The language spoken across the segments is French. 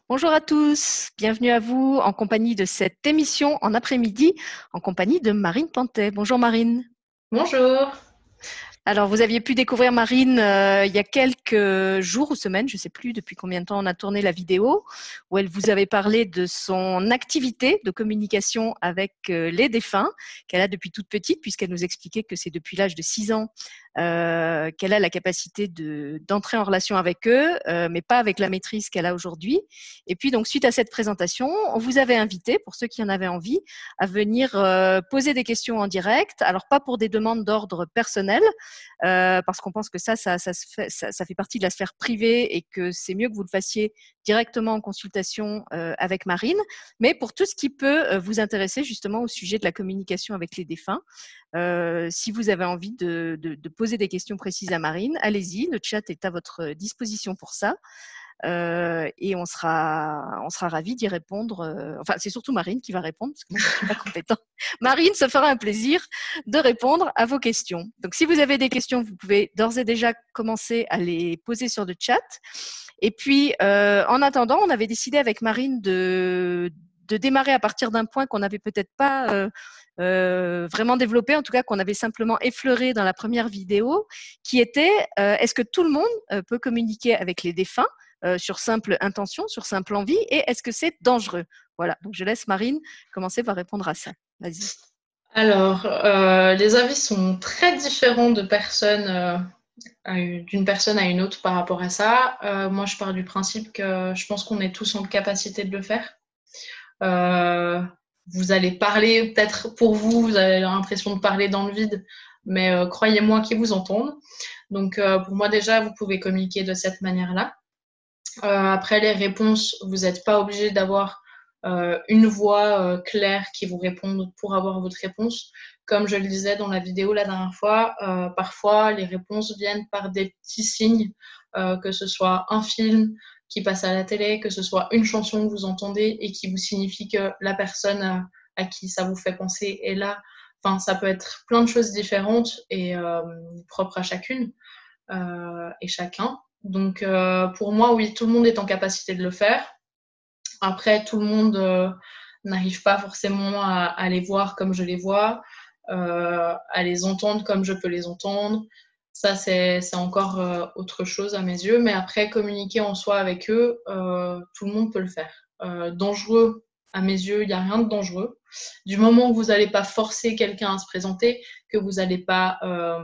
Bonjour à tous, bienvenue à vous en compagnie de cette émission en après-midi, en compagnie de Marine Pantet. Bonjour Marine. Bonjour. Alors, vous aviez pu découvrir Marine il y a quelques jours ou semaines, je ne sais plus depuis combien de temps on a tourné la vidéo, où elle vous avait parlé de son activité de communication avec les défunts, qu'elle a depuis toute petite, puisqu'elle nous expliquait que c'est depuis l'âge de 6 ans qu'elle a la capacité d'entrer en relation avec eux, mais pas avec la maîtrise qu'elle a aujourd'hui. Et puis, donc, suite à cette présentation, on vous avait invité, pour ceux qui en avaient envie, à venir poser des questions en direct. Alors, pas pour des demandes d'ordre personnel, parce qu'on pense que ça fait partie de la sphère privée et que c'est mieux que vous le fassiez directement en consultation avec Marine, mais pour tout ce qui peut vous intéresser justement au sujet de la communication avec les défunts. Si vous avez envie de poser des questions précises à Marine, allez-y, le chat est à votre disposition pour ça. Et on sera ravis d'y répondre. Enfin, c'est surtout Marine qui va répondre, parce que moi, je ne suis pas compétente. Marine se fera un plaisir de répondre à vos questions. Donc, si vous avez des questions, vous pouvez d'ores et déjà commencer à les poser sur le chat. Et puis, en attendant, on avait décidé avec Marine de démarrer à partir d'un point qu'on n'avait peut-être pas vraiment développé, en tout cas qu'on avait simplement effleuré dans la première vidéo, qui était est-ce que tout le monde peut communiquer avec les défunts sur simple intention, sur simple envie, et est-ce que c'est dangereux? Voilà, donc je laisse Marine commencer par répondre à ça. Vas-y. Alors, les avis sont très différents d'une personne à une autre par rapport à ça. Moi, je pars du principe que je pense qu'on est tous en capacité de le faire. Euh, Vous allez parler, peut-être pour vous, vous avez l'impression de parler dans le vide, mais croyez-moi qu'ils vous entendent. Donc, pour moi, déjà, vous pouvez communiquer de cette manière-là. Après les réponses, vous n'êtes pas obligé d'avoir une voix claire qui vous réponde pour avoir votre réponse. Comme je le disais dans la vidéo la dernière fois, parfois les réponses viennent par des petits signes, que ce soit un film qui passe à la télé, que ce soit une chanson que vous entendez et qui vous signifie que la personne à qui ça vous fait penser est là. Enfin, ça peut être plein de choses différentes et propres à chacune et chacun. Donc, pour moi, oui, tout le monde est en capacité de le faire. Après, tout le monde n'arrive pas forcément à les voir comme je les vois, à les entendre comme je peux les entendre. Ça, c'est encore autre chose à mes yeux. Mais après, communiquer en soi avec eux, tout le monde peut le faire. Dangereux, à mes yeux, il n'y a rien de dangereux. Du moment où vous n'allez pas forcer quelqu'un à se présenter, que vous n'allez pas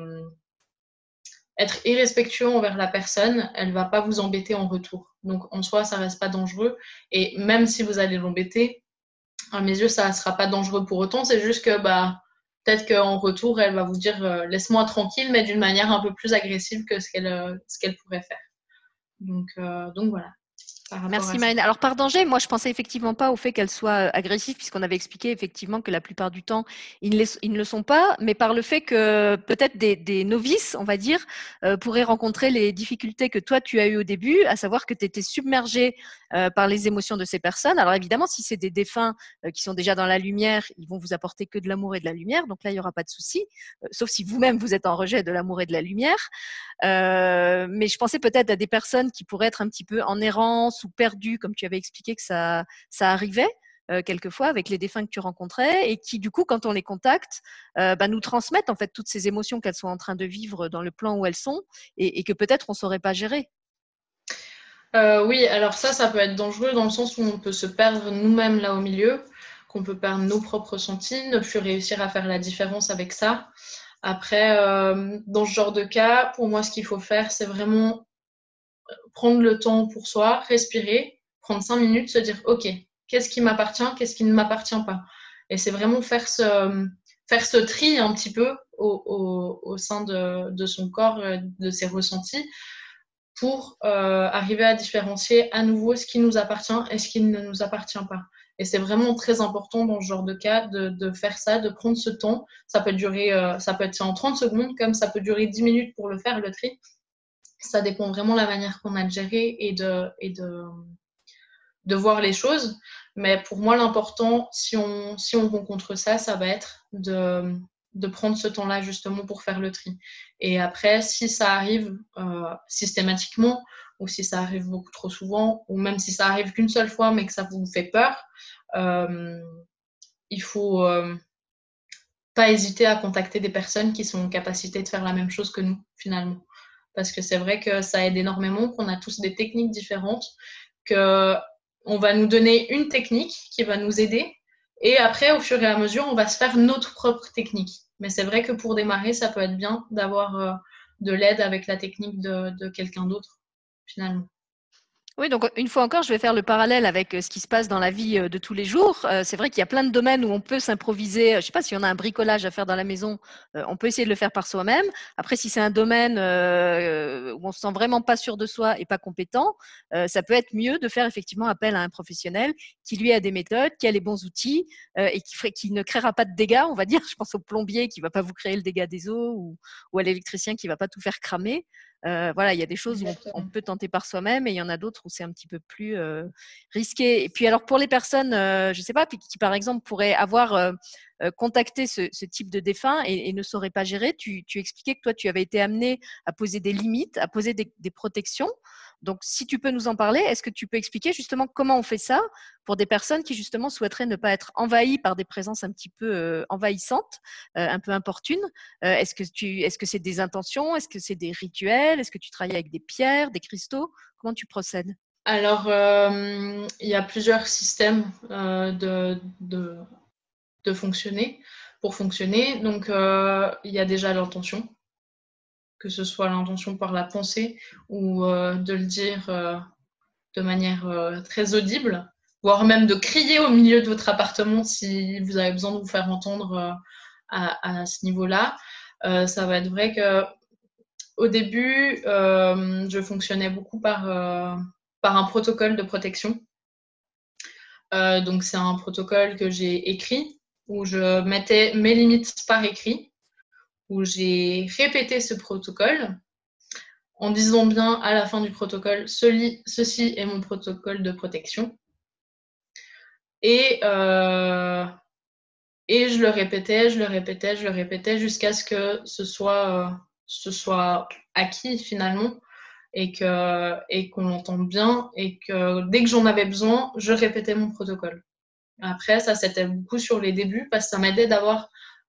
être irrespectueux envers la personne, elle va pas vous embêter en retour. Donc en soi, ça reste pas dangereux. Et même si vous allez l'embêter, à mes yeux, ça sera pas dangereux pour autant. C'est juste que peut-être qu'en retour, elle va vous dire laisse-moi tranquille, mais d'une manière un peu plus agressive que ce qu'elle pourrait faire. Donc voilà, par rapport Merci à ça. Marine. Alors par danger, moi je pensais effectivement pas au fait qu'elle soit agressive, puisqu'on avait expliqué effectivement que la plupart du temps ils ne le sont pas, mais par le fait que peut-être des novices, on va dire, pourraient rencontrer les difficultés que toi tu as eues au début, à savoir que tu étais submergé par les émotions de ces personnes. Alors évidemment, si c'est des défunts qui sont déjà dans la lumière, ils vont vous apporter que de l'amour et de la lumière, donc là il y aura pas de souci, sauf si vous-même vous êtes en rejet de l'amour et de la lumière. Mais je pensais peut-être à des personnes qui pourraient être un petit peu en errance ou perdues, comme tu avais expliqué que ça arrivait quelquefois avec les défunts que tu rencontrais, et qui du coup, quand on les contacte, nous transmettent en fait toutes ces émotions qu'elles sont en train de vivre dans le plan où elles sont, et que peut-être on ne saurait pas gérer. Oui, alors ça peut être dangereux dans le sens où on peut se perdre nous-mêmes là au milieu, qu'on peut perdre nos propres sentiments, ne plus réussir à faire la différence avec ça. Après, dans ce genre de cas, pour moi, ce qu'il faut faire, c'est vraiment prendre le temps pour soi, respirer, prendre 5 minutes, se dire, OK, qu'est-ce qui m'appartient, qu'est-ce qui ne m'appartient pas. Et c'est vraiment faire ce tri un petit peu au sein de son corps, de ses ressentis, pour arriver à différencier à nouveau ce qui nous appartient et ce qui ne nous appartient pas. Et c'est vraiment très important dans ce genre de cas de faire ça, de prendre ce temps. Ça peut durer, ça peut être en 30 secondes, comme ça peut durer 10 minutes pour le faire, le tri. Ça dépend vraiment de la manière qu'on a de gérer de voir les choses. Mais pour moi, l'important, si on rencontre ça, ça va être de prendre ce temps-là justement pour faire le tri. Et après, si ça arrive systématiquement, ou si ça arrive beaucoup trop souvent, ou même si ça arrive qu'une seule fois mais que ça vous fait peur, il faut pas hésiter à contacter des personnes qui sont en capacité de faire la même chose que nous, finalement. Parce que c'est vrai que ça aide énormément, qu'on a tous des techniques différentes, qu'on va nous donner une technique qui va nous aider, et après, au fur et à mesure, on va se faire notre propre technique. Mais c'est vrai que pour démarrer, ça peut être bien d'avoir de l'aide avec la technique de quelqu'un d'autre, finalement. Oui, donc une fois encore, je vais faire le parallèle avec ce qui se passe dans la vie de tous les jours. C'est vrai qu'il y a plein de domaines où on peut s'improviser. Je ne sais pas si on a un bricolage à faire dans la maison, on peut essayer de le faire par soi-même. Après, si c'est un domaine où on se sent vraiment pas sûr de soi et pas compétent, ça peut être mieux de faire effectivement appel à un professionnel qui lui a des méthodes, qui a les bons outils et qui ne créera pas de dégâts, on va dire. Je pense au plombier qui va pas vous créer le dégât des eaux ou à l'électricien qui va pas tout faire cramer. Voilà, il y a des choses où on peut tenter par soi-même et il y en a d'autres où c'est un petit peu plus risqué. Et puis alors pour les personnes, je ne sais pas, qui par exemple pourraient avoir contacté ce type de défunt et ne sauraient pas gérer, tu expliquais que toi tu avais été amené à poser des limites, à poser des protections. Donc si tu peux nous en parler, est-ce que tu peux expliquer justement comment on fait ça pour des personnes qui justement souhaiteraient ne pas être envahies par des présences un petit peu envahissantes, un peu importunes? Est-ce que c'est des intentions? Est-ce que c'est des rituels? Est-ce que tu travailles avec des pierres, des cristaux? Comment tu procèdes? Alors, il y a plusieurs systèmes de fonctionner, pour fonctionner. Donc, il y a déjà l'intention, que ce soit l'intention par la pensée ou de le dire de manière très audible, voire même de crier au milieu de votre appartement si vous avez besoin de vous faire entendre à ce niveau-là. Ça va être vrai que au début, je fonctionnais beaucoup par un protocole de protection. Donc, c'est un protocole que j'ai écrit, où je mettais mes limites par écrit, où j'ai répété ce protocole en disant bien à la fin du protocole, ceci est mon protocole de protection. Et je le répétais, je le répétais, je le répétais jusqu'à ce que ce soit acquis finalement et qu'on l'entende bien et que dès que j'en avais besoin, je répétais mon protocole. Après, ça, c'était beaucoup sur les débuts parce que ça m'aidait d'avoir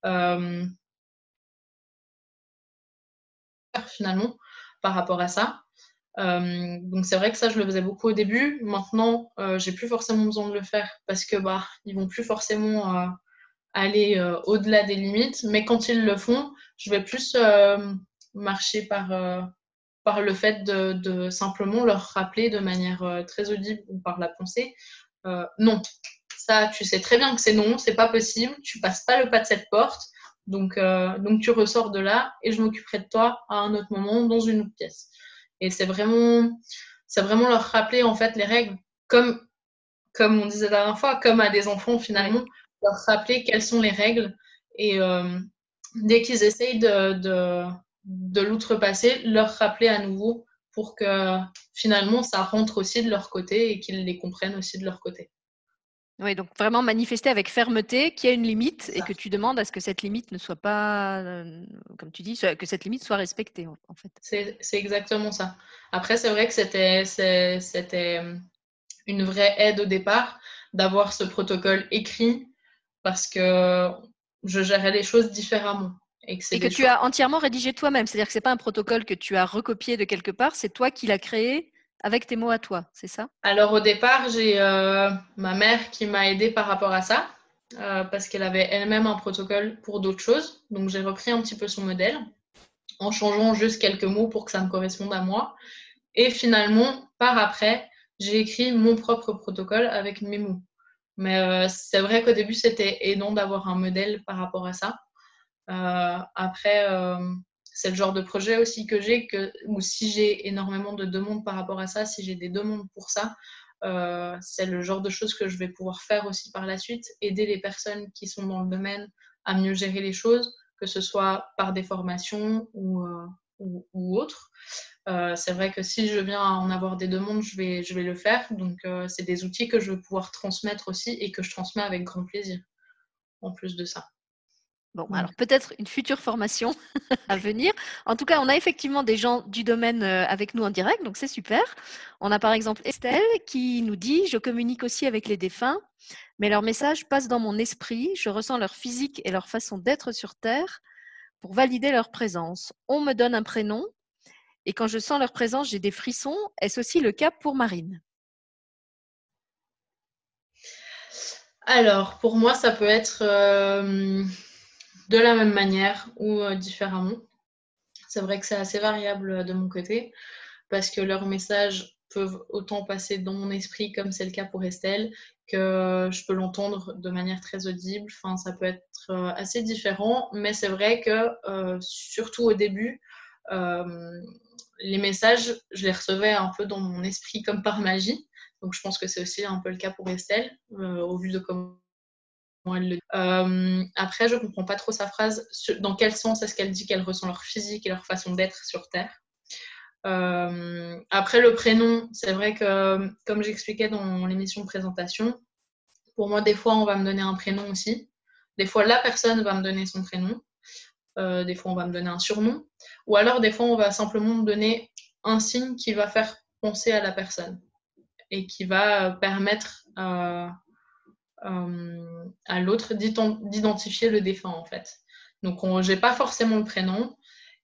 finalement par rapport à ça. Donc c'est vrai que ça, je le faisais beaucoup au début. Maintenant, j'ai plus forcément besoin de le faire parce que ils vont plus forcément aller au-delà des limites. Mais quand ils le font, je vais plus marcher par le fait de simplement leur rappeler de manière très audible ou par la pensée, non, ça, tu sais très bien que c'est non, c'est pas possible, tu passes pas le pas de cette porte, donc tu ressors de là et je m'occuperai de toi à un autre moment dans une autre pièce. Et c'est vraiment leur rappeler en fait les règles, comme on disait la dernière fois, comme à des enfants finalement, ouais. Leur rappeler quelles sont les règles et dès qu'ils essayent de l'outrepasser, leur rappeler à nouveau pour que finalement ça rentre aussi de leur côté et qu'ils les comprennent aussi de leur côté. Oui, donc vraiment manifester avec fermeté qu'il y a une limite et que tu demandes à ce que cette limite ne soit pas, comme tu dis, que cette limite soit respectée en fait. C'est exactement ça. Après, c'est vrai que c'était une vraie aide au départ d'avoir ce protocole écrit parce que je gérais les choses différemment. Et que tu as entièrement rédigé toi-même, c'est-à-dire que ce n'est pas un protocole que tu as recopié de quelque part, c'est toi qui l'as créé avec tes mots à toi, c'est ça? Alors au départ, j'ai ma mère qui m'a aidée par rapport à ça, parce qu'elle avait elle-même un protocole pour d'autres choses. Donc j'ai repris un petit peu son modèle, en changeant juste quelques mots pour que ça me corresponde à moi. Et finalement, par après, j'ai écrit mon propre protocole avec mes mots. Mais c'est vrai qu'au début, c'était aidant d'avoir un modèle par rapport à ça. Après, c'est le genre de projet aussi que j'ai, ou si j'ai énormément de demandes par rapport à ça, si j'ai des demandes pour ça, c'est le genre de choses que je vais pouvoir faire aussi par la suite, aider les personnes qui sont dans le domaine à mieux gérer les choses, que ce soit par des formations ou autres. C'est vrai que si je viens à en avoir des demandes, je vais le faire. Donc, c'est des outils que je vais pouvoir transmettre aussi et que je transmets avec grand plaisir, en plus de ça. Bon, Ouais. alors peut-être une future formation à venir. En tout cas, on a effectivement des gens du domaine avec nous en direct, donc c'est super. On a par exemple Estelle qui nous dit: je communique aussi avec les défunts, mais leur message passe dans mon esprit. Je ressens leur physique et leur façon d'être sur Terre pour valider leur présence. On me donne un prénom et quand je sens leur présence, j'ai des frissons. Est-ce aussi le cas pour Marine? Alors, pour moi, ça peut être de la même manière ou différemment. C'est vrai que c'est assez variable de mon côté parce que leurs messages peuvent autant passer dans mon esprit, comme c'est le cas pour Estelle, que je peux l'entendre de manière très audible. Enfin, ça peut être assez différent, mais c'est vrai que surtout au début, euh, les messages, je les recevais un peu dans mon esprit comme par magie. Donc, je pense que c'est aussi un peu le cas pour Estelle, au vu de comment elle le dit. Après, je comprends pas trop sa phrase. Dans quel sens est-ce qu'elle dit qu'elle ressent leur physique et leur façon d'être sur Terre? Après, le prénom, c'est vrai que, comme j'expliquais dans l'émission de présentation, pour moi, des fois, on va me donner un prénom aussi. Des fois, la personne va me donner son prénom. Des fois, on va me donner un surnom. Ou alors, des fois, on va simplement me donner un signe qui va faire penser à la personne et qui va permettre à l'autre d'identifier le défunt, en fait. Donc, j'ai pas forcément le prénom.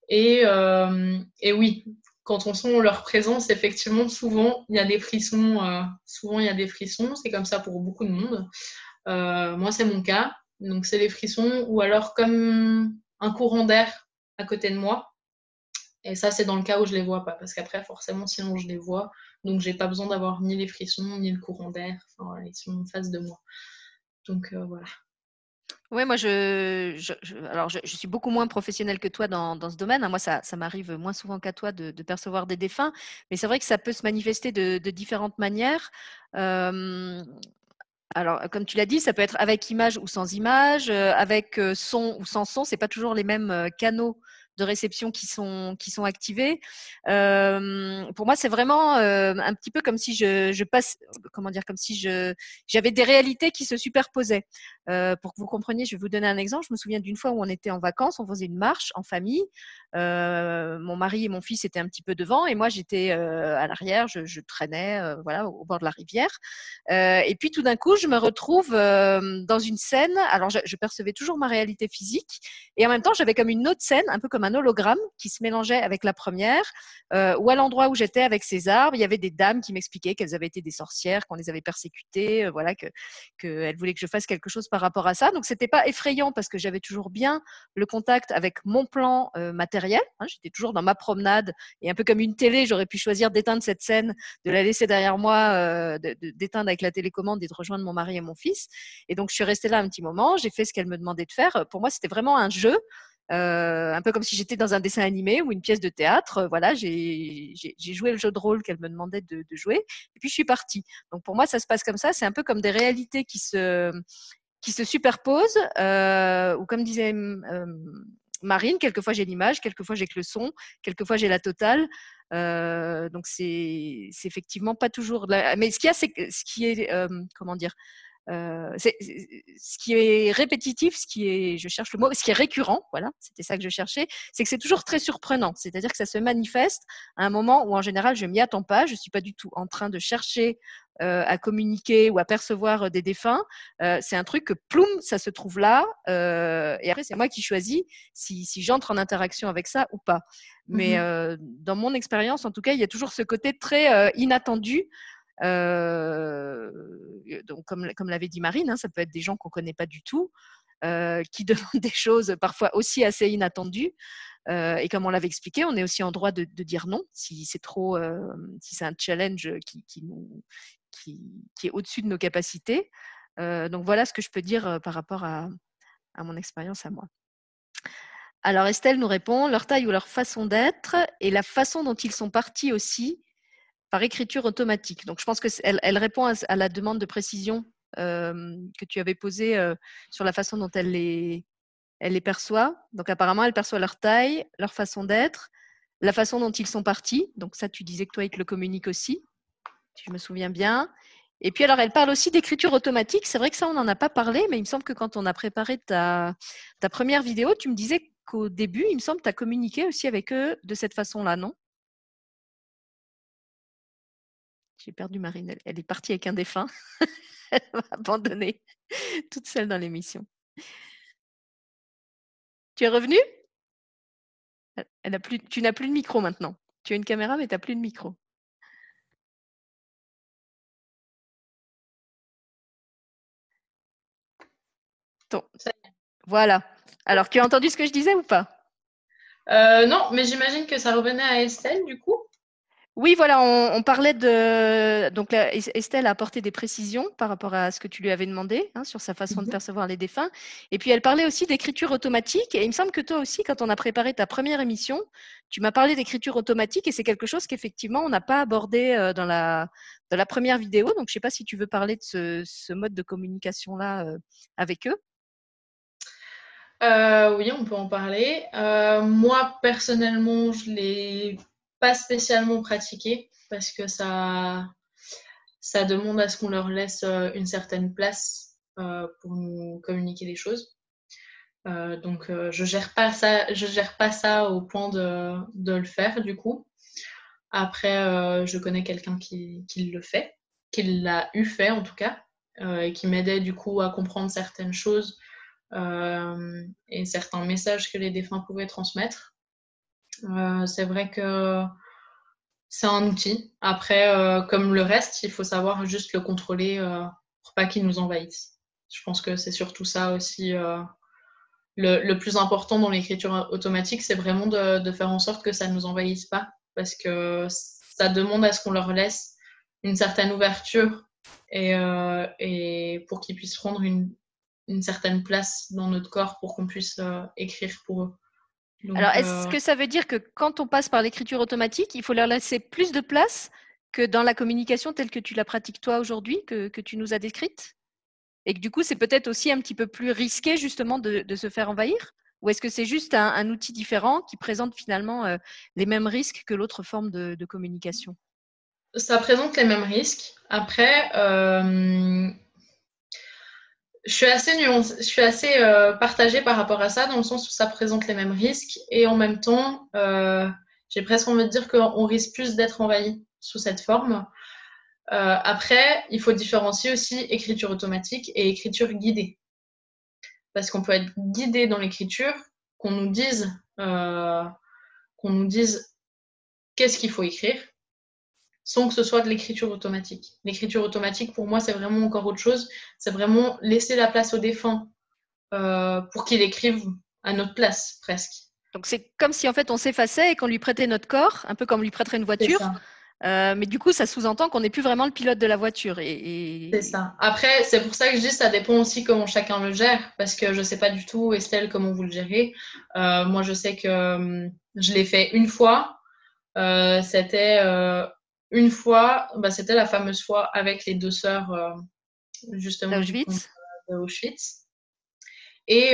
Et oui, quand on sent leur présence, effectivement, souvent, il y a des frissons. Souvent, il y a des frissons. C'est comme ça pour beaucoup de monde. Moi, c'est mon cas. Donc, c'est les frissons ou alors comme un courant d'air à côté de moi. Et ça, c'est dans le cas où je les vois pas. Parce qu'après, forcément, sinon, je les vois. Donc, j'ai pas besoin d'avoir ni les frissons, ni le courant d'air. Enfin, ils sont en face de moi. Donc, voilà. Oui, moi, alors je suis beaucoup moins professionnelle que toi dans ce domaine, hein. Moi, ça m'arrive moins souvent qu'à toi de percevoir des défunts, mais c'est vrai que ça peut se manifester de différentes manières. Euh, alors, comme tu l'as dit, ça peut être avec image ou sans image, avec son ou sans son. C'est pas toujours les mêmes canaux de réception qui sont activés. Pour moi, c'est vraiment un petit peu comme si je passe, comment dire, comme si j'avais des réalités qui se superposaient. Pour que vous compreniez, je vais vous donner un exemple. Je me souviens d'une fois où on était en vacances, on faisait une marche en famille. Mon mari et mon fils étaient un petit peu devant et moi j'étais à l'arrière, je traînais voilà, au bord de la rivière. Et puis tout d'un coup, je me retrouve dans une scène. Alors, je percevais toujours ma réalité physique, et en même temps, j'avais comme une autre scène, un peu comme un hologramme, qui se mélangeait avec la première. Où à l'endroit où j'étais avec ces arbres, il y avait des dames qui m'expliquaient qu'elles avaient été des sorcières, qu'on les avait persécutées, voilà, qu'elles voulaient que je fasse quelque chose par rapport à ça. Donc, c'était pas effrayant parce que j'avais toujours bien le contact avec mon plan matériel. Hein, j'étais toujours dans ma promenade, et un peu comme une télé, j'aurais pu choisir d'éteindre cette scène, de la laisser derrière moi, d'éteindre avec la télécommande et de rejoindre mon mari et mon fils. Et donc, je suis restée là un petit moment, j'ai fait ce qu'elle me demandait de faire. Pour moi, c'était vraiment un jeu. Un peu comme si j'étais dans un dessin animé ou une pièce de théâtre. Voilà, j'ai joué le jeu de rôle qu'elle me demandait de jouer, et puis je suis partie. Donc pour moi, ça se passe comme ça. C'est un peu comme des réalités qui se superposent, ou comme disait Marine, quelquefois j'ai l'image, quelquefois j'ai que le son, quelquefois j'ai la totale. Donc c'est effectivement pas toujours. Mais ce qu'il y a, c'est ce qui est, comment dire, ce qui est répétitif, je cherche le mot, ce qui est récurrent, voilà, c'était ça que je cherchais, c'est que c'est toujours très surprenant. C'est-à-dire que ça se manifeste à un moment où en général je m'y attends pas, je suis pas du tout en train de chercher à communiquer ou à percevoir des défunts. C'est un truc que ploum, ça se trouve là, et après c'est moi qui choisis si j'entre en interaction avec ça ou pas. Mais dans mon expérience, en tout cas, il y a toujours ce côté très inattendu. Donc, comme l'avait dit Marine, hein, ça peut être des gens qu'on ne connaît pas du tout, qui demandent des choses parfois aussi assez inattendues. Et comme on l'avait expliqué, on est aussi en droit de dire non si c'est trop, si c'est un challenge qui est au-dessus de nos capacités. Donc voilà ce que je peux dire par rapport à mon expérience à moi. Alors Estelle nous répond: leur taille ou leur façon d'être et la façon dont ils sont partis aussi par écriture automatique. Donc, je pense qu'elle répond à la demande de précision que tu avais posée sur la façon dont elle les perçoit. Donc, apparemment, elle perçoit leur taille, leur façon d'être, la façon dont ils sont partis. Donc, ça, tu disais que toi, ils te le communiquent aussi, si je me souviens bien. Et puis alors, elle parle aussi d'écriture automatique. C'est vrai que ça, on n'en a pas parlé, mais il me semble que quand on a préparé ta première vidéo, tu me disais qu'au début, il me semble que tu as communiqué aussi avec eux de cette façon-là, non? J'ai perdu Marine. Elle est partie avec un défunt. Elle m'a abandonnée toute seule dans l'émission. Tu es revenue? Tu n'as plus de micro maintenant. Tu as une caméra, mais tu n'as plus de micro. Voilà. Alors, tu as entendu ce que je disais ou pas? Non, mais j'imagine que ça revenait à Estelle, du coup. Oui, voilà, on parlait de… Donc, Estelle a apporté des précisions par rapport à ce que tu lui avais demandé sur sa façon de percevoir les défunts. Et puis, elle parlait aussi d'écriture automatique. Et il me semble que toi aussi, quand on a préparé ta première émission, tu m'as parlé d'écriture automatique et c'est quelque chose qu'effectivement, on n'a pas abordé dans la première vidéo. Donc, je ne sais pas si tu veux parler de ce mode de communication-là avec eux. Oui, on peut en parler. Moi, personnellement, je ne l'ai pas spécialement pratiqué parce que ça demande à ce qu'on leur laisse une certaine place pour nous communiquer les choses. Donc, je gère pas ça au point de le faire, du coup. Après, je connais quelqu'un qui le fait, qui l'a eu fait en tout cas, et qui m'aidait du coup à comprendre certaines choses et certains messages que les défunts pouvaient transmettre. C'est vrai que c'est un outil. Après, comme le reste, il faut savoir juste le contrôler pour pas qu'il nous envahisse. Je pense que c'est surtout ça aussi. Le plus important dans l'écriture automatique, c'est vraiment de faire en sorte que ça ne nous envahisse pas, parce que ça demande à ce qu'on leur laisse une certaine ouverture et pour qu'ils puissent prendre une certaine place dans notre corps pour qu'on puisse écrire pour eux. Donc, alors, est-ce que ça veut dire que quand on passe par l'écriture automatique, il faut leur laisser plus de place que dans la communication telle que tu la pratiques toi aujourd'hui, que tu nous as décrite? Et que du coup, c'est peut-être aussi un petit peu plus risqué justement de se faire envahir? Ou est-ce que c'est juste un outil différent qui présente finalement les mêmes risques que l'autre forme de communication? ça présente les mêmes risques. Après, je suis assez partagée par rapport à ça, dans le sens où ça présente les mêmes risques et en même temps, j'ai presque envie de dire qu'on risque plus d'être envahi sous cette forme. Après, il faut différencier aussi écriture automatique et écriture guidée. Parce qu'on peut être guidé dans l'écriture, qu'on nous dise, qu'est-ce qu'il faut écrire, sans que ce soit de l'écriture automatique. L'écriture automatique, pour moi, c'est vraiment encore autre chose. C'est vraiment laisser la place au défunt pour qu'il écrive à notre place, presque. Donc c'est comme si en fait on s'effaçait et qu'on lui prêtait notre corps, un peu comme on lui prêterait une voiture. Mais du coup, ça sous-entend qu'on n'est plus vraiment le pilote de la voiture. C'est ça. Après, c'est pour ça que je dis ça dépend aussi comment chacun le gère, parce que je ne sais pas du tout, Estelle, comment vous le gérez. Moi, je sais que je l'ai fait une fois. C'était une fois, c'était la fameuse fois avec les deux sœurs, justement, du camp de Auschwitz. Et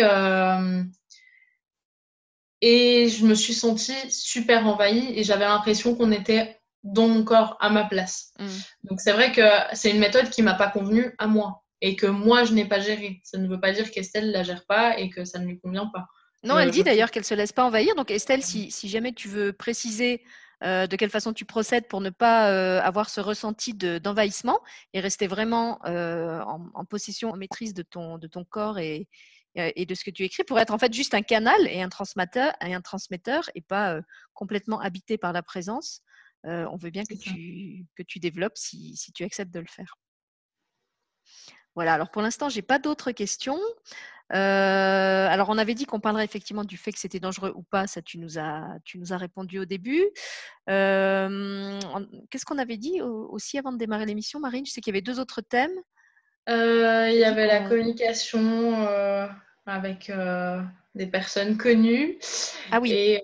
je me suis sentie super envahie et j'avais l'impression qu'on était dans mon corps, à ma place. Donc, c'est vrai que c'est une méthode qui ne m'a pas convenu à moi et que moi, je n'ai pas géré. Ça ne veut pas dire qu'Estelle ne la gère pas et que ça ne lui convient pas. Non, elle dit d'ailleurs qu'elle ne se laisse pas envahir. Donc, Estelle, si jamais tu veux préciser de quelle façon tu procèdes pour ne pas avoir ce ressenti d'envahissement et rester vraiment en possession, en maîtrise de ton corps et de ce que tu écris, pour être en fait juste un canal et un transmetteur et pas complètement habité par la présence, on veut bien que tu développes si tu acceptes de le faire. Voilà, alors pour l'instant, je n'ai pas d'autres questions. Alors, on avait dit qu'on parlerait effectivement du fait que c'était dangereux ou pas. Ça, tu nous as répondu au début. Qu'est-ce qu'on avait dit aussi avant de démarrer l'émission, Marine? Je sais qu'il y avait 2 autres thèmes. Il y avait la communication avec des personnes connues et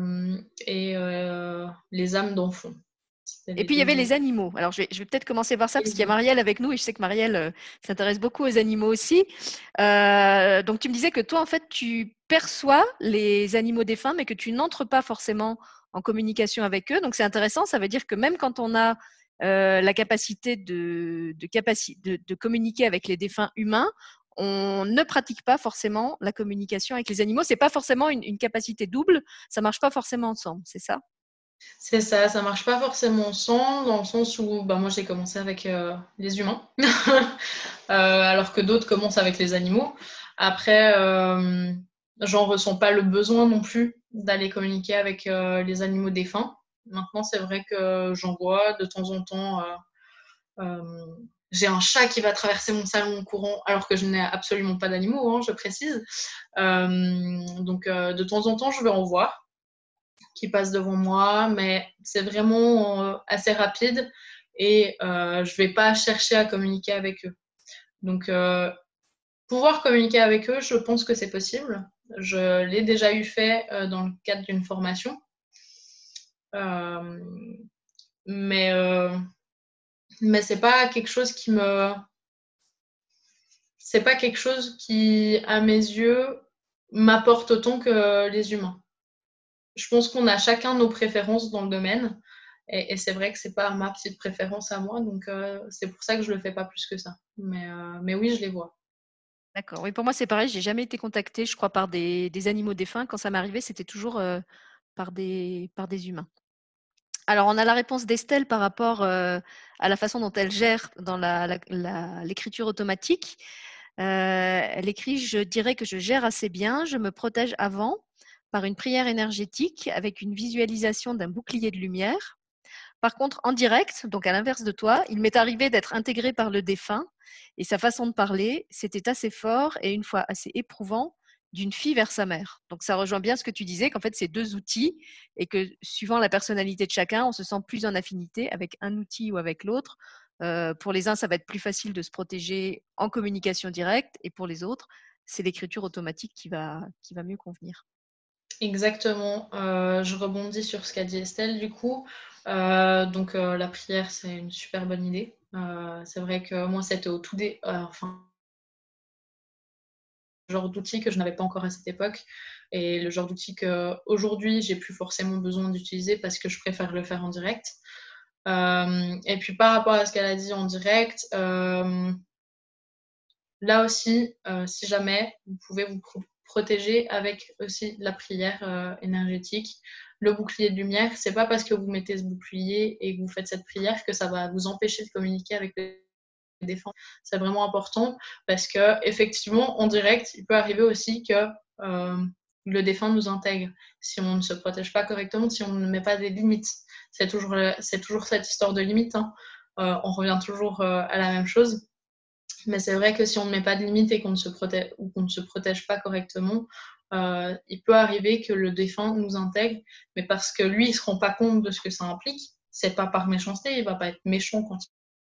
les âmes d'enfants. Et puis, il y avait les animaux. Alors, je vais peut-être commencer par ça, parce qu'il y a Marielle avec nous, et je sais que Marielle s'intéresse beaucoup aux animaux aussi. Donc, tu me disais que toi, en fait, tu perçois les animaux défunts, mais que tu n'entres pas forcément en communication avec eux. Donc, c'est intéressant. Ça veut dire que même quand on a la capacité de communiquer avec les défunts humains, on ne pratique pas forcément la communication avec les animaux. C'est pas forcément une capacité double, ça marche pas forcément ensemble, c'est ça? C'est ça, ça marche pas forcément ensemble, dans le sens où moi j'ai commencé avec les humains, alors que d'autres commencent avec les animaux. Après, j'en ressens pas le besoin non plus d'aller communiquer avec les animaux défunts. Maintenant, c'est vrai que j'en vois de temps en temps. J'ai un chat qui va traverser mon salon en courant, alors que je n'ai absolument pas d'animaux, hein, je précise. Donc, de temps en temps, je vais en voir qui passent devant moi, mais c'est vraiment assez rapide et je vais pas chercher à communiquer avec eux. Donc, pouvoir communiquer avec eux, je pense que c'est possible. Je l'ai déjà eu fait dans le cadre d'une formation. Euh, mais c'est pas quelque chose c'est pas quelque chose qui, à mes yeux, m'apporte autant que les humains. Je pense qu'on a chacun nos préférences dans le domaine. Et c'est vrai que c'est pas ma petite préférence à moi, donc c'est pour ça que je le fais pas plus que ça. Mais oui, je les vois. D'accord. Oui, pour moi, c'est pareil. J'ai jamais été contactée, je crois, par des animaux défunts. Quand ça m'arrivait, c'était toujours par des humains. Alors, on a la réponse d'Estelle par rapport à la façon dont elle gère dans l'écriture automatique. Elle écrit: je dirais que je gère assez bien. Je me protège avant par une prière énergétique avec une visualisation d'un bouclier de lumière. Par contre, en direct, donc à l'inverse de toi, il m'est arrivé d'être intégré par le défunt et sa façon de parler, c'était assez fort et une fois assez éprouvant d'une fille vers sa mère. Donc ça rejoint bien ce que tu disais, qu'en fait c'est deux outils et que suivant la personnalité de chacun, on se sent plus en affinité avec un outil ou avec l'autre. Pour les uns, ça va être plus facile de se protéger en communication directe et pour les autres, c'est l'écriture automatique qui va mieux convenir. Exactement. Je rebondis sur ce qu'a dit Estelle, du coup. Donc, la prière, c'est une super bonne idée. C'est vrai que moi, c'était au tout dé... enfin, le genre d'outil que je n'avais pas encore à cette époque et le genre d'outil qu'aujourd'hui, j'ai plus forcément besoin d'utiliser parce que je préfère le faire en direct. Et puis, par rapport à ce qu'elle a dit en direct, là aussi, si jamais, vous pouvez vous protéger avec aussi la prière énergétique. Le bouclier de lumière, c'est pas parce que vous mettez ce bouclier et que vous faites cette prière que ça va vous empêcher de communiquer avec les défunts. C'est vraiment important parce que effectivement, en direct, il peut arriver aussi que le défunt nous intègre si on ne se protège pas correctement, si on ne met pas des limites. C'est toujours cette histoire de limite. Hein. On revient toujours à la même chose. Mais c'est vrai que si on ne met pas de limite et qu'on ne se protège pas correctement, il peut arriver que le défunt nous intègre, mais parce que lui, il ne se rend pas compte de ce que ça implique. C'est pas par méchanceté, il ne va pas être méchant quand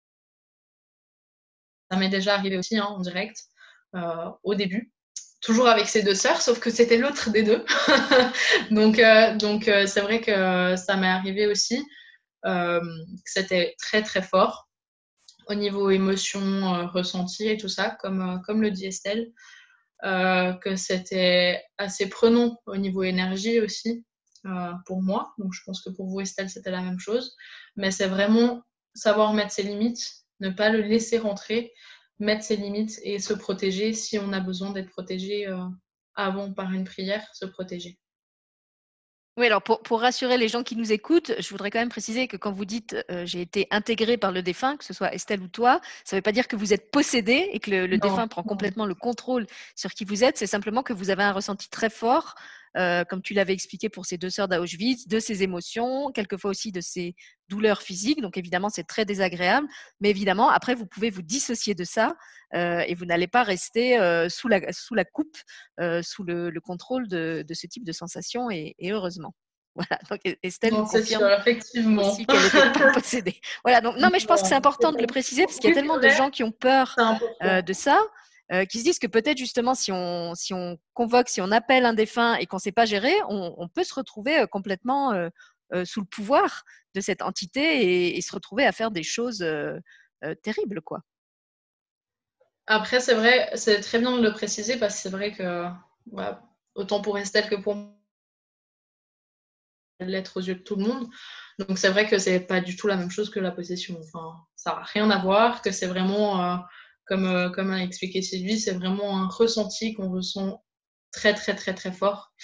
ça m'est déjà arrivé aussi en direct au début. Toujours avec ses deux sœurs, sauf que c'était l'autre des deux. donc c'est vrai que ça m'est arrivé aussi. C'était très très fort au niveau émotion ressentie et tout ça, comme le dit Estelle. Que c'était assez prenant au niveau énergie aussi pour moi. Donc je pense que pour vous, Estelle, c'était la même chose. Mais c'est vraiment savoir mettre ses limites, ne pas le laisser rentrer, mettre ses limites et se protéger si on a besoin d'être protégé avant par une prière, se protéger. Oui, alors pour rassurer les gens qui nous écoutent, je voudrais quand même préciser que quand vous dites j'ai été intégré par le défunt, que ce soit Estelle ou toi, ça ne veut pas dire que vous êtes possédé et que le Non, défunt prend non. complètement le contrôle sur qui vous êtes. C'est simplement que vous avez un ressenti très fort, comme tu l'avais expliqué pour ces deux sœurs d'Auschwitz, de ces émotions, quelquefois aussi de ces douleurs physiques. Donc évidemment, c'est très désagréable. Mais évidemment, après, vous pouvez vous dissocier de ça et vous n'allez pas rester sous la coupe, sous le contrôle de ce type de sensation et heureusement. Voilà, donc Estelle nous Non, c'est sûr, confirme effectivement. aussi qu'elle n'était pas possédée. Voilà, donc non, mais je pense que c'est Non, important de le préciser parce qu'il y a oui, c'est tellement de vrai, gens qui ont peur c'est important. de ça, qui se disent que peut-être justement si on convoque, si on appelle un défunt et qu'on ne sait pas gérer, on peut se retrouver complètement sous le pouvoir de cette entité et se retrouver à faire des choses terribles, quoi. Après, c'est vrai, c'est très bien de le préciser parce que c'est vrai que, autant pour Estelle que pour moi, l'être aux yeux de tout le monde. Donc c'est vrai que c'est pas du tout la même chose que la possession. Enfin, ça n'a rien à voir, que c'est vraiment, comme a expliqué Sylvie, c'est vraiment un ressenti qu'on ressent très très très très fort.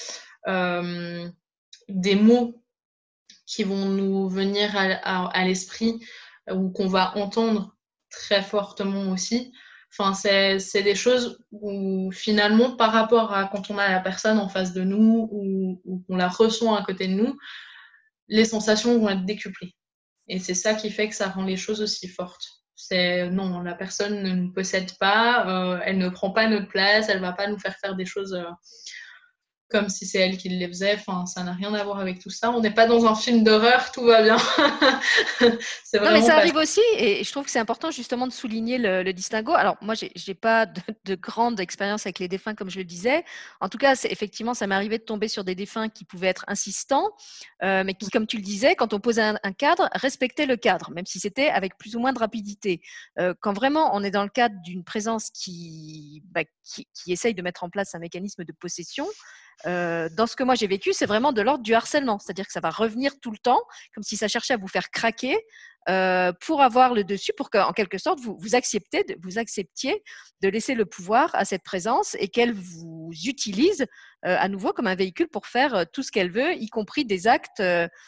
Des mots qui vont nous venir à l'esprit ou qu'on va entendre très fortement aussi. Enfin, c'est des choses où finalement, par rapport à quand on a la personne en face de nous ou qu'on la ressent à côté de nous, les sensations vont être décuplées. Et c'est ça qui fait que ça rend les choses aussi fortes. C'est non, la personne ne nous possède pas, elle ne prend pas notre place, elle ne va pas nous faire des choses comme si c'est elle qui les faisait. Enfin, ça n'a rien à voir avec tout ça. On n'est pas dans un film d'horreur, tout va bien. C'est Non, mais vraiment ça pas arrive ça. aussi, et je trouve que c'est important justement de souligner le distinguo. Alors, moi, j'ai pas de grande expérience avec les défunts, comme je le disais. En tout cas, effectivement, ça m'est arrivé de tomber sur des défunts qui pouvaient être insistants, mais qui, comme tu le disais, quand on posait un cadre, respectaient le cadre, même si c'était avec plus ou moins de rapidité. Quand vraiment on est dans le cadre d'une présence qui essaye de mettre en place un mécanisme de possession, dans ce que moi j'ai vécu, c'est vraiment de l'ordre du harcèlement. C'est-à-dire que ça va revenir tout le temps, comme si ça cherchait à vous faire craquer pour avoir le dessus, pour qu'en quelque sorte, vous acceptiez de laisser le pouvoir à cette présence et qu'elle vous utilise à nouveau comme un véhicule pour faire tout ce qu'elle veut, y compris des actes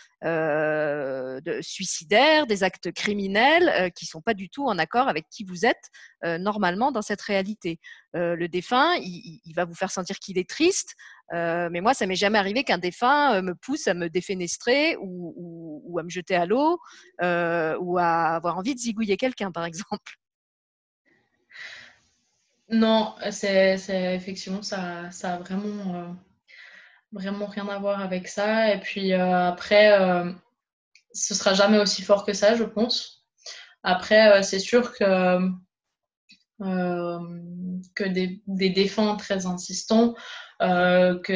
suicidaires, des actes criminels qui ne sont pas du tout en accord avec qui vous êtes normalement dans cette réalité. Le défunt, il va vous faire sentir qu'il est triste, mais moi, ça m'est jamais arrivé qu'un défunt me pousse à me défenestrer ou à me jeter à l'eau ou à avoir envie de zigouiller quelqu'un, par exemple. Non, c'est effectivement ça a vraiment rien à voir avec ça. Et puis après, ce sera jamais aussi fort que ça, je pense. Après, c'est sûr que des défunts très insistants, que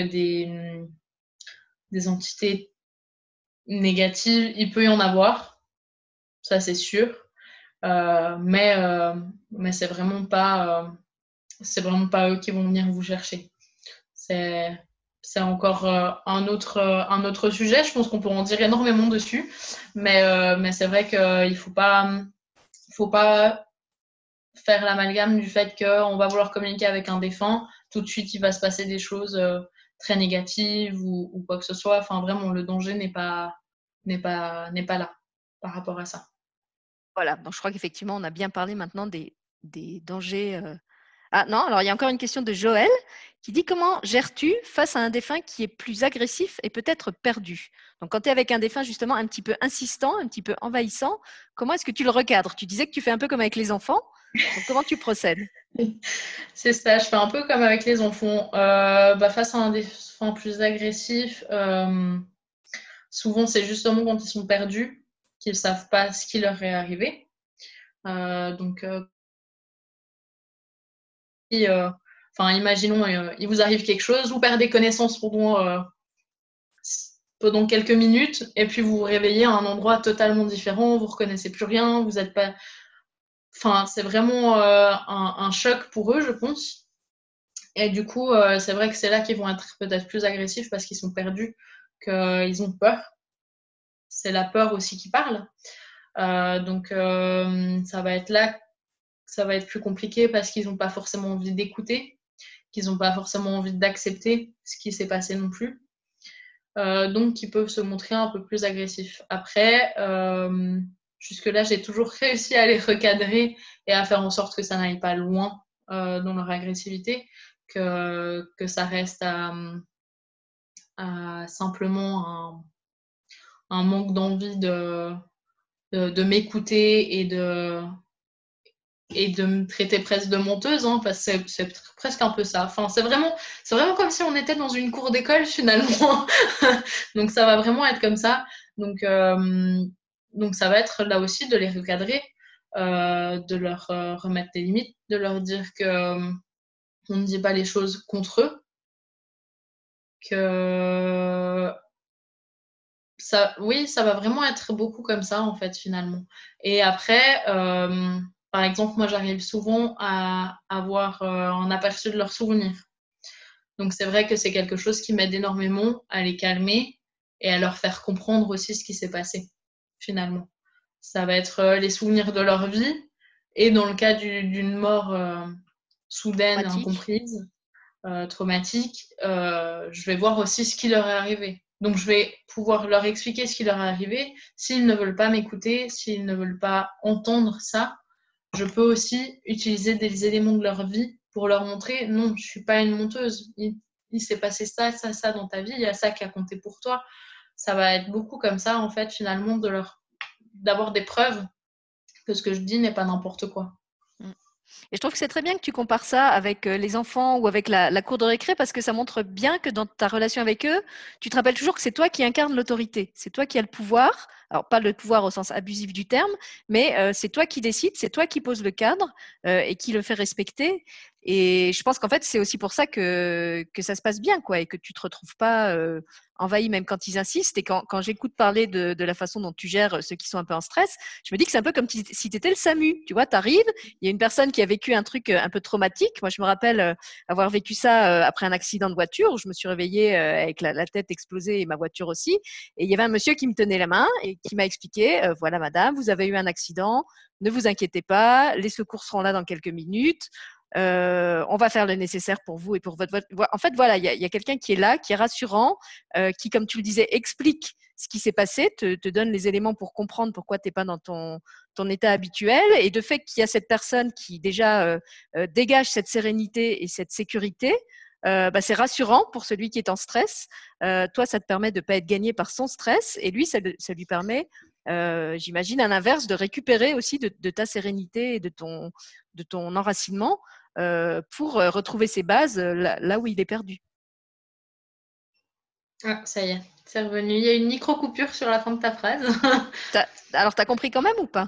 des entités négatives, il peut y en avoir, ça c'est sûr. Mais c'est vraiment pas eux qui vont venir vous chercher. C'est c'est encore un autre sujet. Je pense qu'on peut en dire énormément dessus, mais c'est vrai qu'il faut pas faire l'amalgame du fait qu'on va vouloir communiquer avec un défunt, tout de suite il va se passer des choses très négatives ou quoi que ce soit. Enfin, vraiment, le danger n'est pas là par rapport à ça. Voilà, donc je crois qu'effectivement, on a bien parlé maintenant des dangers. Ah non, alors il y a encore une question de Joël qui dit comment gères-tu face à un défunt qui est plus agressif et peut-être perdu? Donc quand tu es avec un défunt justement un petit peu insistant, un petit peu envahissant, comment est-ce que tu le recadres? Tu disais que tu fais un peu comme avec les enfants, donc comment tu procèdes? C'est ça, je fais un peu comme avec les enfants. Face à un défunt plus agressif, souvent c'est justement quand ils sont perdus, qu'ils ne savent pas ce qui leur est arrivé. Donc, imaginons, il vous arrive quelque chose, vous perdez connaissance pendant quelques minutes, et puis vous vous réveillez à un endroit totalement différent, vous ne reconnaissez plus rien, vous n'êtes pas. Enfin, c'est vraiment un choc pour eux, je pense. Et du coup, c'est vrai que c'est là qu'ils vont être peut-être plus agressifs parce qu'ils sont perdus, qu'ils ont peur. C'est la peur aussi qui parle. Donc, ça va être là, ça va être plus compliqué parce qu'ils n'ont pas forcément envie d'écouter, qu'ils n'ont pas forcément envie d'accepter ce qui s'est passé non plus. Donc, ils peuvent se montrer un peu plus agressifs. Après, jusque-là, j'ai toujours réussi à les recadrer et à faire en sorte que ça n'aille pas loin dans leur agressivité, que ça reste à simplement un manque d'envie de m'écouter et de me traiter presque de menteuse, hein, parce que c'est presque un peu ça. Enfin, c'est vraiment comme si on était dans une cour d'école finalement. Donc ça va vraiment être comme ça. Donc ça va être là aussi de les recadrer, de leur remettre des limites, de leur dire que on ne dit pas les choses contre eux, que ça, oui, ça va vraiment être beaucoup comme ça en fait finalement. Et après, par exemple, moi j'arrive souvent à avoir un aperçu de leurs souvenirs. Donc c'est vrai que c'est quelque chose qui m'aide énormément à les calmer et à leur faire comprendre aussi ce qui s'est passé, finalement. Ça va être les souvenirs de leur vie, et dans le cas d'une mort soudaine, incomprise, traumatique, je vais voir aussi ce qui leur est arrivé. Donc, je vais pouvoir leur expliquer ce qui leur est arrivé. S'ils ne veulent pas m'écouter, s'ils ne veulent pas entendre ça, je peux aussi utiliser des éléments de leur vie pour leur montrer, non, je ne suis pas une menteuse. Il s'est passé ça, ça, ça dans ta vie, il y a ça qui a compté pour toi. Ça va être beaucoup comme ça, en fait, finalement, d'avoir des preuves que ce que je dis n'est pas n'importe quoi. Et je trouve que c'est très bien que tu compares ça avec les enfants ou avec la cour de récré, parce que ça montre bien que dans ta relation avec eux, tu te rappelles toujours que c'est toi qui incarne l'autorité. C'est toi qui as le pouvoir. Alors, pas le pouvoir au sens abusif du terme, mais c'est toi qui décides, c'est toi qui pose le cadre et qui le fait respecter. Et je pense qu'en fait, c'est aussi pour ça que ça se passe bien, quoi, et que tu te retrouves pas envahi même quand ils insistent. Et quand j'écoute parler de la façon dont tu gères ceux qui sont un peu en stress, je me dis que c'est un peu comme si tu étais le SAMU. Tu vois, tu arrives, il y a une personne qui a vécu un truc un peu traumatique. Moi, je me rappelle avoir vécu ça après un accident de voiture où je me suis réveillée avec la tête explosée et ma voiture aussi. Et il y avait un monsieur qui me tenait la main et qui m'a expliqué, voilà madame, vous avez eu un accident, ne vous inquiétez pas, les secours seront là dans quelques minutes. On va faire le nécessaire pour vous et pour votre. En fait, voilà, il y a quelqu'un qui est là, qui est rassurant, qui, comme tu le disais, explique ce qui s'est passé, te donne les éléments pour comprendre pourquoi tu n'es pas dans ton état habituel. Et de fait qu'il y a cette personne qui déjà dégage cette sérénité et cette sécurité, c'est rassurant pour celui qui est en stress. Toi, ça te permet de ne pas être gagné par son stress, et lui, ça lui permet, j'imagine, à l'inverse, de récupérer aussi de ta sérénité et de ton enracinement pour retrouver ses bases là où il est perdu. Ah, ça y est, c'est revenu. Il y a une micro-coupure sur la fin de ta phrase. Alors, tu as compris quand même ou pas?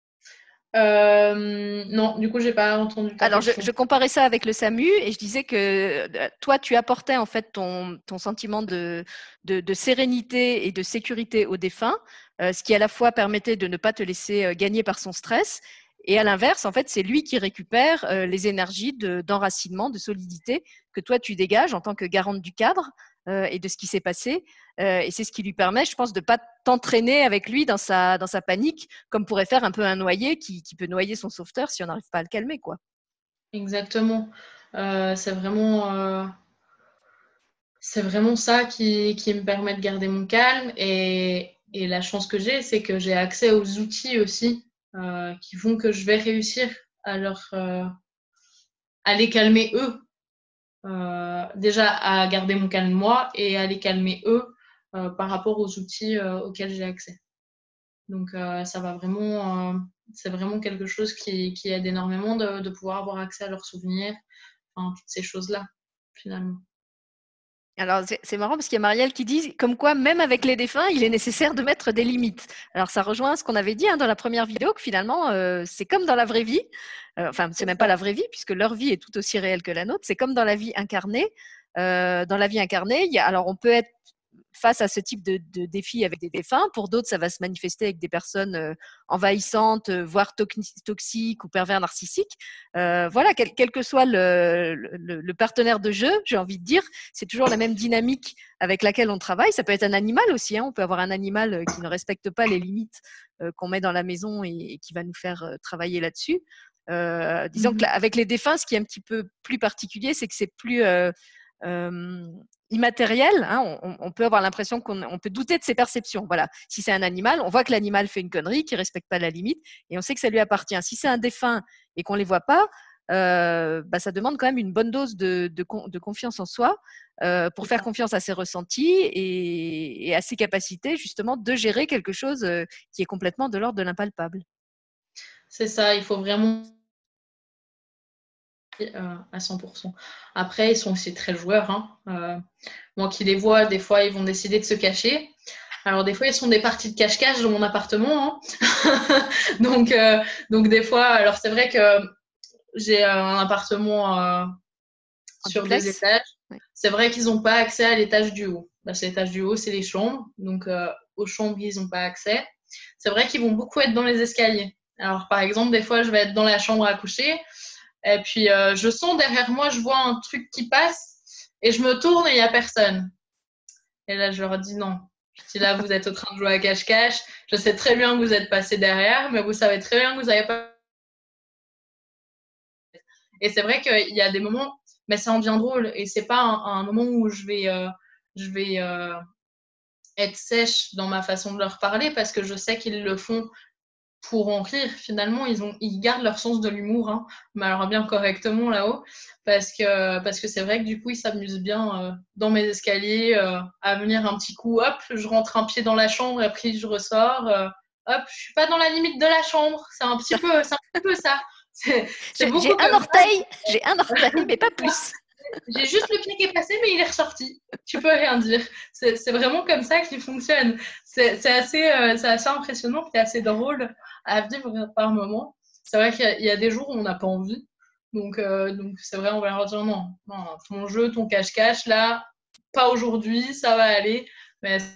Non, du coup, j'ai pas entendu ta Alors, question. je comparais ça avec le SAMU et je disais que toi, tu apportais en fait ton sentiment de sérénité et de sécurité au défunt, ce qui à la fois permettait de ne pas te laisser gagner par son stress. Et à l'inverse, en fait, c'est lui qui récupère les énergies d'enracinement, de solidité que toi, tu dégages en tant que garante du cadre et de ce qui s'est passé. Et c'est ce qui lui permet, je pense, de ne pas t'entraîner avec lui dans sa panique, comme pourrait faire un peu un noyé qui peut noyer son sauveteur si on n'arrive pas à le calmer, quoi. Exactement. C'est vraiment ça qui me permet de garder mon calme. Et la chance que j'ai, c'est que j'ai accès aux outils aussi qui font que je vais réussir à les calmer eux. Déjà à garder mon calme moi et à les calmer eux par rapport aux outils auxquels j'ai accès. Donc ça va vraiment, c'est vraiment quelque chose qui aide énormément de pouvoir avoir accès à leurs souvenirs, enfin, toutes ces choses-là, finalement. Alors, c'est marrant parce qu'il y a Marielle qui dit comme quoi, même avec les défunts, il est nécessaire de mettre des limites. Alors, ça rejoint ce qu'on avait dit dans la première vidéo, que finalement, c'est comme dans la vraie vie. Enfin, c'est même pas la vraie vie, puisque leur vie est tout aussi réelle que la nôtre. C'est comme dans la vie incarnée. Dans la vie incarnée, alors on peut être face à ce type de défi avec des défunts. Pour d'autres, ça va se manifester avec des personnes envahissantes, voire toxiques ou pervers narcissiques. Voilà, quel que soit le partenaire de jeu, j'ai envie de dire, c'est toujours la même dynamique avec laquelle on travaille. Ça peut être un animal aussi. On peut avoir un animal qui ne respecte pas les limites qu'on met dans la maison et qui va nous faire travailler là-dessus. Disons qu'avec les défunts, ce qui est un petit peu plus particulier, c'est que c'est plus immatériel, hein, on peut avoir l'impression qu'on peut douter de ses perceptions. Voilà. Si c'est un animal, on voit que l'animal fait une connerie, qu'il ne respecte pas la limite, et on sait que ça lui appartient. Si c'est un défunt et qu'on ne les voit pas, ça demande quand même une bonne dose de confiance en soi pour faire confiance à ses ressentis et à ses capacités justement de gérer quelque chose qui est complètement de l'ordre de l'impalpable. C'est ça, il faut vraiment à 100%. Après, ils sont aussi très joueurs. Hein. Moi qui les vois, des fois, ils vont décider de se cacher. Alors, des fois, ils sont des parties de cache-cache dans mon appartement. Hein. donc, des fois, alors c'est vrai que j'ai un appartement sur 2 étages. Ouais. C'est vrai qu'ils n'ont pas accès à l'étage du haut. L'étage du haut, c'est les chambres. Donc, aux chambres, ils n'ont pas accès. C'est vrai qu'ils vont beaucoup être dans les escaliers. Alors, par exemple, des fois, je vais être dans la chambre à coucher. Et puis, je sens derrière moi, je vois un truc qui passe. Et je me tourne et il n'y a personne. Et là, je leur dis non. Si là, vous êtes en train de jouer à cache-cache, je sais très bien que vous êtes passé derrière, mais vous savez très bien que vous n'avez pas. Et c'est vrai qu'il y a des moments, mais ça en devient drôle. Et c'est pas un moment où je vais être sèche dans ma façon de leur parler parce que je sais qu'ils le font pour en rire. Finalement, ils gardent leur sens de l'humour, hein, mais alors bien correctement là-haut, parce que c'est vrai que du coup, ils s'amusent bien dans mes escaliers à venir un petit coup, hop, je rentre un pied dans la chambre et après je ressors, hop, je suis pas dans la limite de la chambre. C'est un petit peu ça. C'est beaucoup comme ça. J'ai un orteil, mais pas plus. J'ai juste le pied qui est passé, mais il est ressorti. Tu peux rien dire. C'est vraiment comme ça qu'il fonctionne. C'est assez impressionnant, c'est assez drôle à vivre par moment. C'est vrai qu'il y a des jours où on n'a pas envie. Donc c'est vrai, on va leur dire non, ton jeu, ton cache-cache, là, pas aujourd'hui, ça va aller. Mais c'est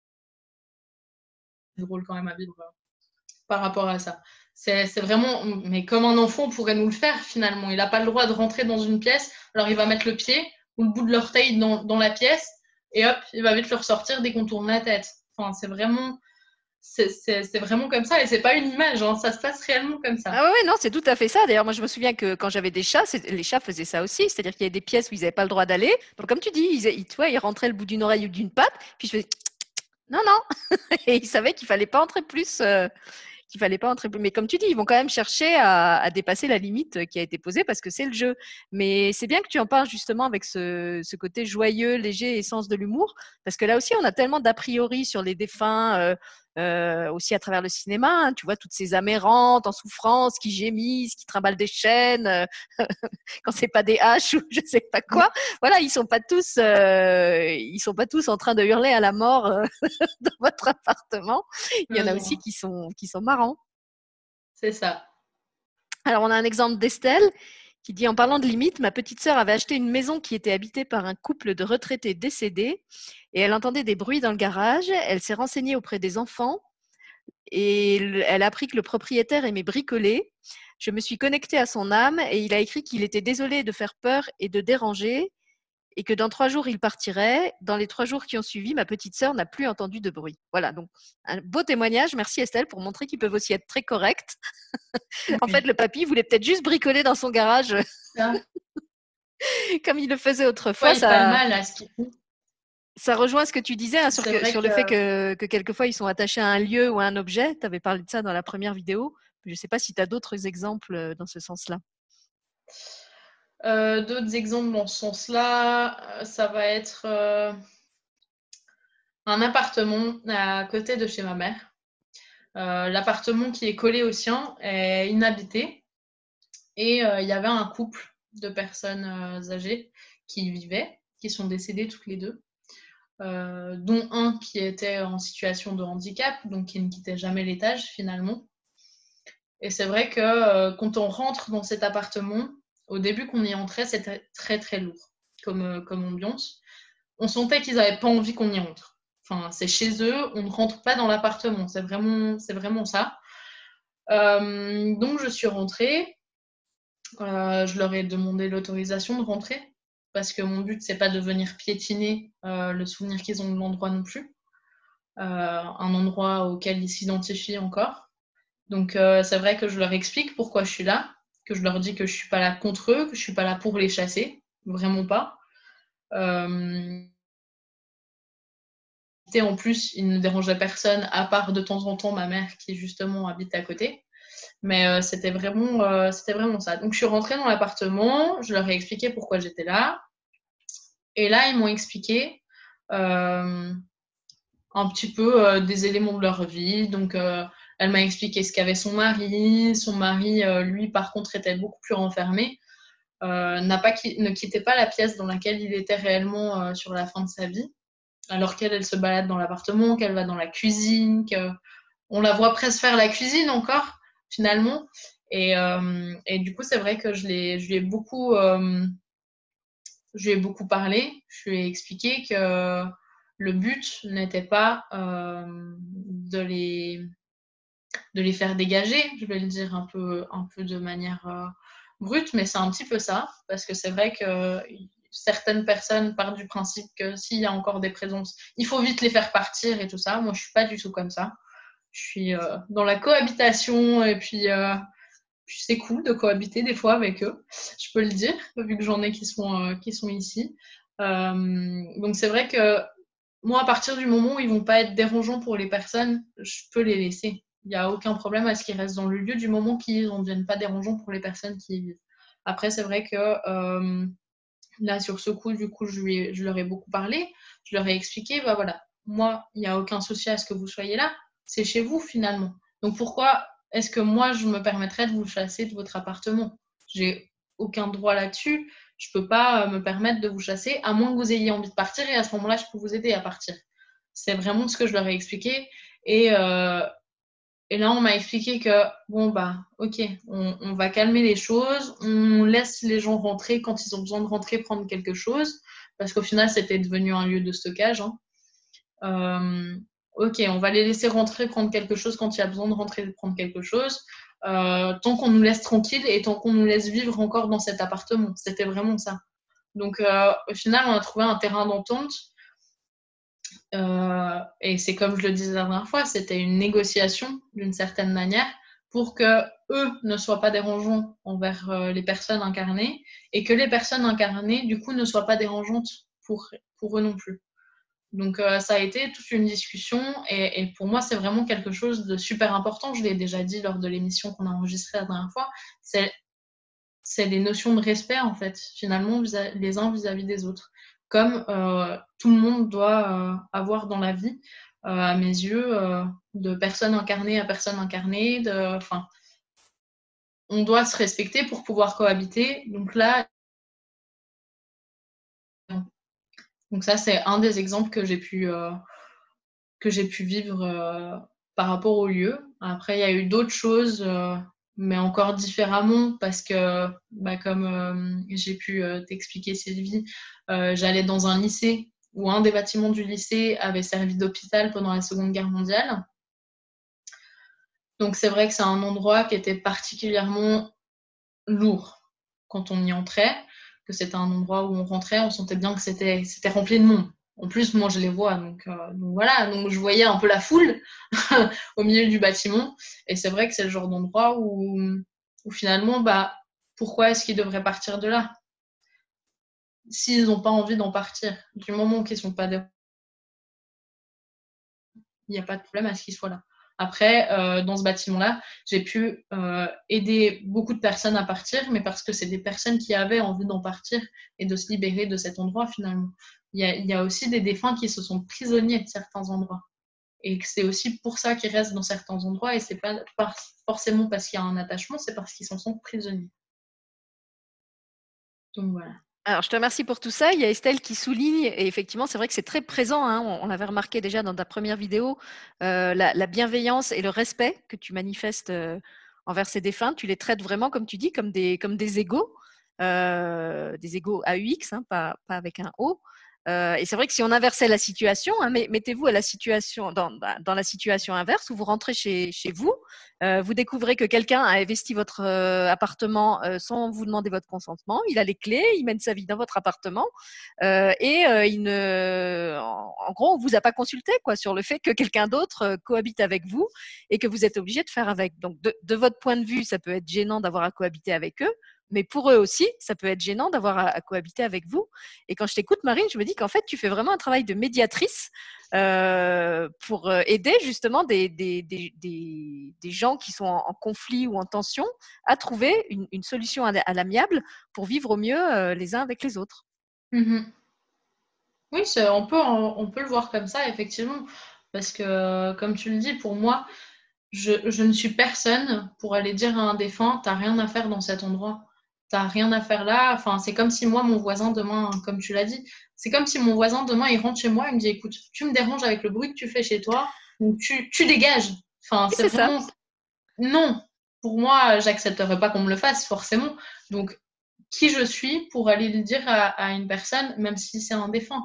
drôle quand même à vivre par rapport à ça. C'est vraiment, mais comme un enfant pourrait nous le faire finalement. Il n'a pas le droit de rentrer dans une pièce, alors il va mettre le pied ou le bout de l'orteil dans la pièce et hop, il va vite le ressortir dès qu'on tourne la tête. Enfin, c'est vraiment comme ça et c'est pas une image, hein, ça se passe réellement comme ça. Ah ouais, non, c'est tout à fait ça. D'ailleurs, moi, je me souviens que quand j'avais des chats, les chats faisaient ça aussi. C'est-à-dire qu'il y avait des pièces où ils n'avaient pas le droit d'aller. Donc, comme tu dis, ils rentraient le bout d'une oreille ou d'une patte, puis je faisais non, non. Et ils savaient qu'il fallait pas entrer plus. Qu'il fallait pas entrer plus. Mais comme tu dis, ils vont quand même chercher à dépasser la limite qui a été posée parce que c'est le jeu. Mais c'est bien que tu en parles justement avec ce côté joyeux, léger et sens de l'humour, parce que là aussi, on a tellement d'a priori sur les défunts, aussi à travers le cinéma. Hein, tu vois, toutes ces âmes errantes en souffrance qui gémissent, qui trimballent des chaînes, quand c'est pas des haches ou je sais pas quoi. Voilà, ils sont pas tous en train de hurler à la mort dans votre appartement. Il y en a aussi qui sont marrants. C'est ça. Alors, on a un exemple d'Estelle qui dit, en parlant de limites, ma petite sœur avait acheté une maison qui était habitée par un couple de retraités décédés et elle entendait des bruits dans le garage. Elle s'est renseignée auprès des enfants et elle a appris que le propriétaire aimait bricoler. Je me suis connectée à son âme et il a écrit qu'il était désolé de faire peur et de déranger et que dans 3 jours, il partirait. Dans les 3 jours qui ont suivi, ma petite sœur n'a plus entendu de bruit. Voilà, donc un beau témoignage. Merci Estelle pour montrer qu'ils peuvent aussi être très corrects. En fait, le papy voulait peut-être juste bricoler dans son garage comme il le faisait autrefois. Ouais, il pas le mal à ce qu'il fait. Ça rejoint ce que tu disais hein, sur le fait que quelquefois ils sont attachés à un lieu ou à un objet. Tu avais parlé de ça dans la première vidéo. Je ne sais pas si tu as d'autres exemples dans ce sens-là. D'autres exemples dans ce sens-là, ça va être un appartement à côté de chez ma mère. L'appartement qui est collé au sien est inhabité et il y avait un couple de personnes âgées qui y vivaient, qui sont décédées toutes les deux, dont un qui était en situation de handicap, donc qui ne quittait jamais l'étage finalement. Et c'est vrai que quand on rentre dans cet appartement, au début qu'on y entrait, c'était très très lourd comme ambiance. On sentait qu'ils n'avaient pas envie qu'on y entre. Enfin, c'est chez eux, on ne rentre pas dans l'appartement. C'est vraiment ça. Donc je suis rentrée. Je leur ai demandé l'autorisation de rentrer parce que mon but c'est pas de venir piétiner le souvenir qu'ils ont de l'endroit non plus. Un endroit auquel ils s'identifient encore. Donc c'est vrai que je leur explique pourquoi je suis là, que je leur dis que je suis pas là contre eux, que je suis pas là pour les chasser, vraiment pas. En plus, il ne dérangeait personne à part de temps en temps ma mère qui justement habite à côté. Mais c'était vraiment ça. Donc je suis rentrée dans l'appartement, je leur ai expliqué pourquoi j'étais là. Et là, ils m'ont expliqué un petit peu des éléments de leur vie. Donc elle m'a expliqué ce qu'avait son mari. Son mari, lui, par contre, était beaucoup plus renfermé. Ne quittait pas la pièce dans laquelle il était réellement sur la fin de sa vie. Alors qu'elle, elle se balade dans l'appartement, qu'elle va dans la cuisine, qu'on la voit presque faire la cuisine encore, finalement. Et du coup, c'est vrai que je lui ai beaucoup parlé. Je lui ai expliqué que le but n'était pas de les faire dégager, je vais le dire un peu de manière brute, mais c'est un petit peu ça, parce que c'est vrai que certaines personnes partent du principe que s'il y a encore des présences, il faut vite les faire partir et tout ça. Moi, je suis pas du tout comme ça. Je suis dans la cohabitation et puis c'est cool de cohabiter des fois avec eux, je peux le dire, vu que j'en ai qui sont ici. Donc c'est vrai que moi, à partir du moment où ils vont pas être dérangeants pour les personnes, je peux les laisser. Il n'y a aucun problème à ce qu'ils restent dans le lieu du moment qu'ils ne deviennent pas dérangeants pour les personnes qui y vivent. Après, c'est vrai que là, sur ce coup, du coup, je leur ai beaucoup parlé. Je leur ai expliqué, bah voilà, moi, il n'y a aucun souci à ce que vous soyez là. C'est chez vous, finalement. Donc, pourquoi est-ce que moi, je me permettrais de vous chasser de votre appartement? J'ai aucun droit là-dessus. Je peux pas me permettre de vous chasser, à moins que vous ayez envie de partir. Et à ce moment-là, je peux vous aider à partir. C'est vraiment ce que je leur ai expliqué. Et là, on m'a expliqué que, bon, bah, ok, on va calmer les choses, on laisse les gens rentrer quand ils ont besoin de rentrer prendre quelque chose, parce qu'au final, c'était devenu un lieu de stockage. Hein. Ok, on va les laisser rentrer prendre quelque chose quand il y a besoin de rentrer prendre quelque chose, tant qu'on nous laisse tranquille et tant qu'on nous laisse vivre encore dans cet appartement. C'était vraiment ça. Donc, au final, on a trouvé un terrain d'entente. Et c'est comme je le disais la dernière fois, c'était une négociation d'une certaine manière pour que eux ne soient pas dérangeants envers les personnes incarnées et que les personnes incarnées, du coup, ne soient pas dérangeantes pour eux non plus. Donc, ça a été toute une discussion et pour moi, c'est vraiment quelque chose de super important. Je l'ai déjà dit lors de l'émission qu'on a enregistrée la dernière fois. C'est les notions de respect, en fait, finalement, les uns vis-à-vis des autres. Comme tout le monde doit avoir dans la vie, à mes yeux, de personne incarnée à personne incarnée. Enfin, on doit se respecter pour pouvoir cohabiter. Donc là, donc ça, c'est un des exemples que j'ai pu vivre par rapport au lieu. Après, il y a eu d'autres choses, mais encore différemment, parce que, bah, comme j'ai pu t'expliquer, Sylvie, j'allais dans un lycée où un des bâtiments du lycée avait servi d'hôpital pendant la Seconde Guerre mondiale. Donc c'est vrai que c'est un endroit qui était particulièrement lourd quand on y entrait, que c'était un endroit où on rentrait, on sentait bien que c'était rempli de monde. En plus, moi, je les vois, donc voilà. Donc, je voyais un peu la foule au milieu du bâtiment. Et c'est vrai que c'est le genre d'endroit où finalement, bah, pourquoi est-ce qu'ils devraient partir de là s'ils n'ont pas envie d'en partir? Du moment qu'ils ne sont pas dehors, il n'y a pas de problème à ce qu'ils soient là. Après, dans ce bâtiment-là, j'ai pu aider beaucoup de personnes à partir, mais parce que c'est des personnes qui avaient envie d'en partir et de se libérer de cet endroit finalement. Il y a aussi des défunts qui se sont prisonniers de certains endroits. Et que c'est aussi pour ça qu'ils restent dans certains endroits et c'est pas forcément parce qu'il y a un attachement, c'est parce qu'ils s'en sont prisonniers. Donc voilà. Alors, je te remercie pour tout ça. Il y a Estelle qui souligne, et effectivement, c'est vrai que c'est très présent. Hein, on l'avait remarqué déjà dans ta première vidéo, la bienveillance et le respect que tu manifestes envers ces défunts. Tu les traites vraiment, comme tu dis, comme des égaux AUX, hein, pas avec un O. Et c'est vrai que si on inversait la situation, hein, mettez-vous à la situation, dans la situation inverse où vous rentrez chez vous, vous découvrez que quelqu'un a investi votre appartement sans vous demander votre consentement. Il a les clés, il mène sa vie dans votre appartement en gros, on vous a pas consulté quoi sur le fait que quelqu'un d'autre cohabite avec vous et que vous êtes obligé de faire avec. Donc, de votre point de vue, ça peut être gênant d'avoir à cohabiter avec eux. Mais pour eux aussi, ça peut être gênant d'avoir à cohabiter avec vous. Et quand je t'écoute, Marine, je me dis qu'en fait, tu fais vraiment un travail de médiatrice pour aider justement des gens qui sont en conflit ou en tension à trouver une solution à l'amiable pour vivre au mieux les uns avec les autres. Mm-hmm. Oui, on peut le voir comme ça, effectivement. Parce que, comme tu le dis, pour moi, je ne suis personne pour aller dire à un défunt, t'as rien à faire dans cet endroit. T'as rien à faire là. Enfin, c'est comme si moi, mon voisin demain, comme tu l'as dit, c'est comme si mon voisin demain, il rentre chez moi, il me dit, écoute, tu me déranges avec le bruit que tu fais chez toi, donc tu dégages. Enfin, Et c'est c'est ça. vraiment non. Pour moi, j'accepterais pas qu'on me le fasse, forcément. Donc, qui je suis pour aller le dire à une personne, même si c'est un défunt.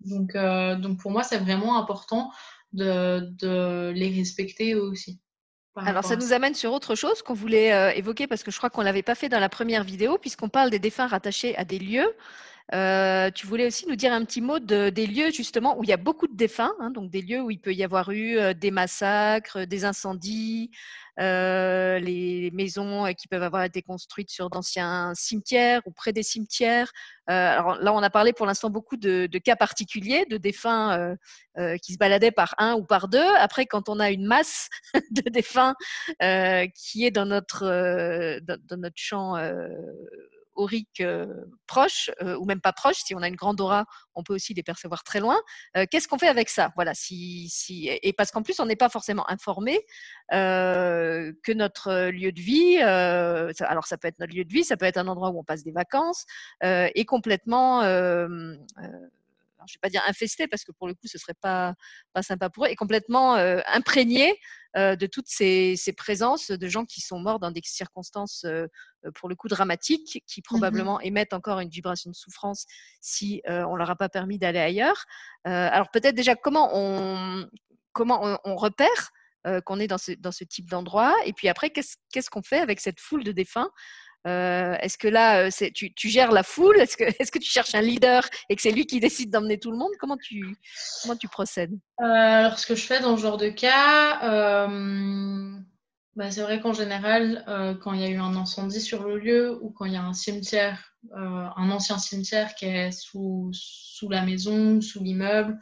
Donc pour moi, c'est vraiment important de les respecter eux aussi. par Alors, rapport ça à nous ça. amène sur autre chose qu'on voulait évoquer parce que je crois qu'on ne l'avait pas fait dans la première vidéo, puisqu'on parle des défunts rattachés à des lieux. Tu voulais aussi nous dire un petit mot des lieux justement où il y a beaucoup de défunts, hein, donc des lieux où il peut y avoir eu des massacres, des incendies, les maisons qui peuvent avoir été construites sur d'anciens cimetières ou près des cimetières. Alors là, on a parlé pour l'instant beaucoup de cas particuliers, de défunts qui se baladaient par un ou par deux. Après, quand on a une masse de défunts qui est dans notre champ aurique proche ou même pas proche. Si on a une grande aura, on peut aussi les percevoir très loin. Qu'est-ce qu'on fait avec ça? Voilà, et parce qu'en plus, on n'est pas forcément informé que notre lieu de vie, alors ça peut être notre lieu de vie, ça peut être un endroit où on passe des vacances, est complètement je ne vais pas dire infesté parce que pour le coup ce serait pas sympa pour eux, est complètement imprégné de toutes ces présences de gens qui sont morts dans des circonstances pour le coup dramatiques, qui probablement émettent encore une vibration de souffrance si on leur a pas permis d'aller ailleurs. Alors peut-être déjà comment on repère qu'on est dans ce type d'endroit, et puis après qu'est-ce qu'on fait avec cette foule de défunts. Est-ce que là, tu gères la foule? Est-ce que tu cherches un leader et que c'est lui qui décide d'emmener tout le monde? Comment tu procèdes? Alors, ce que je fais dans ce genre de cas, bah, c'est vrai qu'en général, quand il y a eu un incendie sur le lieu ou quand il y a un cimetière, un ancien cimetière qui est sous la maison, sous l'immeuble,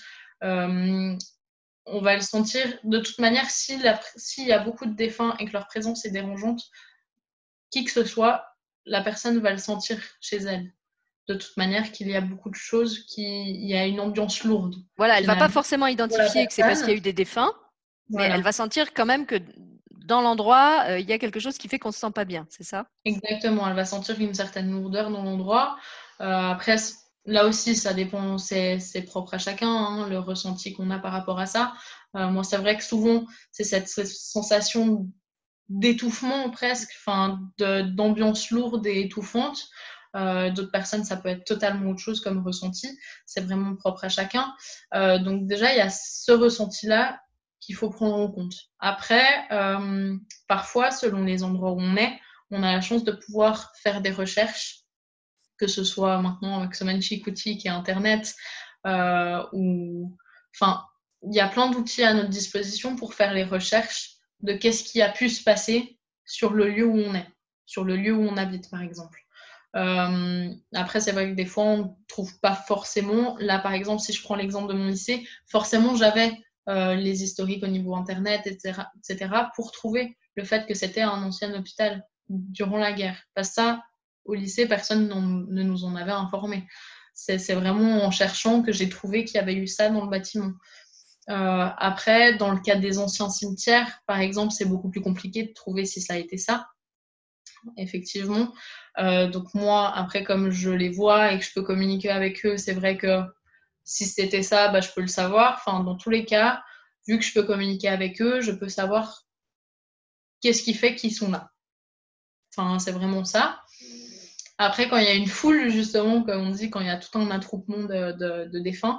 on va le sentir. De toute manière, s'il y a beaucoup de défunts et que leur présence est dérangeante, qui que ce soit, la personne va le sentir chez elle. De toute manière, qu'il y a beaucoup de choses, il y a une ambiance lourde, Voilà, elle va pas finalement, forcément pour la identifier que c'est parce qu'il y personne. a eu des défunts, mais elle Voilà. va sentir quand même que dans l'endroit, il y a quelque chose qui fait qu'on se sent pas bien, c'est ça? Exactement, elle va sentir une certaine lourdeur dans l'endroit. Après, là aussi, ça dépend, c'est propre à chacun, hein, le ressenti qu'on a par rapport à ça. Moi, c'est vrai que souvent, c'est cette sensation d'étouffement presque, enfin, d'ambiance lourde et étouffante. D'autres personnes, ça peut être totalement autre chose comme ressenti. C'est vraiment propre à chacun. Donc déjà, il y a ce ressenti-là qu'il faut prendre en compte. Après, parfois, selon les endroits où on a la chance de pouvoir faire des recherches, que ce soit maintenant avec Somanchi Kuti qui est Internet, ou enfin, il y a plein d'outils à notre disposition pour faire les recherches de qu'est-ce qui a pu se passer sur le lieu où on est, sur le lieu où on habite par exemple. Après, c'est vrai que des fois, on ne trouve pas forcément. Là, par exemple, si je prends l'exemple de mon lycée, forcément, j'avais les historiques au niveau Internet, etc., pour trouver le fait que c'était un ancien hôpital durant la guerre. Parce que ça, au lycée, personne ne nous en avait informé. C'est vraiment en cherchant que j'ai trouvé qu'il y avait eu ça dans le bâtiment. Après, dans le cas des anciens cimetières, par exemple, c'est beaucoup plus compliqué de trouver si ça a été ça, effectivement. Donc moi, après, comme je les vois et que je peux communiquer avec eux, c'est vrai que si c'était ça, bah, je peux le savoir. Enfin, dans tous les cas, vu que je peux communiquer avec eux, je peux savoir qu'est-ce qui fait qu'ils sont là. Enfin, c'est vraiment ça. Après, quand il y a une foule, justement, comme on dit, quand il y a tout un attroupement de défunts,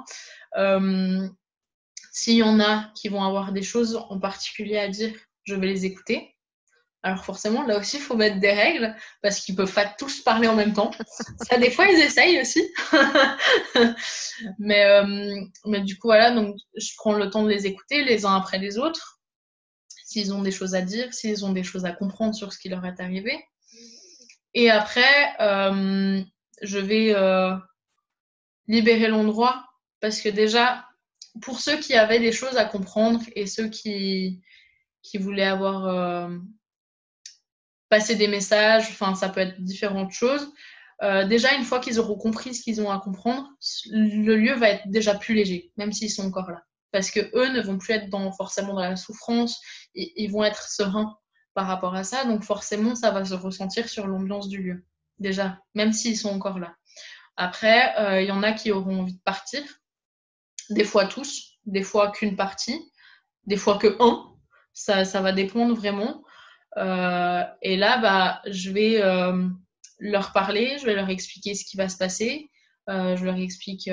s'il y en a qui vont avoir des choses en particulier à dire, je vais les écouter. Alors forcément, là aussi, il faut mettre des règles parce qu'ils ne peuvent pas tous parler en même temps. Ça, des fois, ils essayent aussi. mais du coup, voilà, donc je prends le temps de les écouter les uns après les autres, s'ils ont des choses à dire, s'ils ont des choses à comprendre sur ce qui leur est arrivé. Et après, je vais libérer l'endroit parce que déjà, pour ceux qui avaient des choses à comprendre et ceux qui voulaient avoir passé des messages, enfin ça peut être différentes choses. Déjà, une fois qu'ils auront compris ce qu'ils ont à comprendre, le lieu va être déjà plus léger, même s'ils sont encore là. Parce que eux ne vont plus être forcément dans la souffrance, ils vont être sereins par rapport à ça, donc forcément ça va se ressentir sur l'ambiance du lieu. Déjà, même s'ils sont encore là. Après, il y en a qui auront envie de partir, des fois tous, des fois qu'une partie, des fois que un. Ça va dépendre vraiment. Et là, bah, je vais leur parler, je vais leur expliquer ce qui va se passer. Je leur explique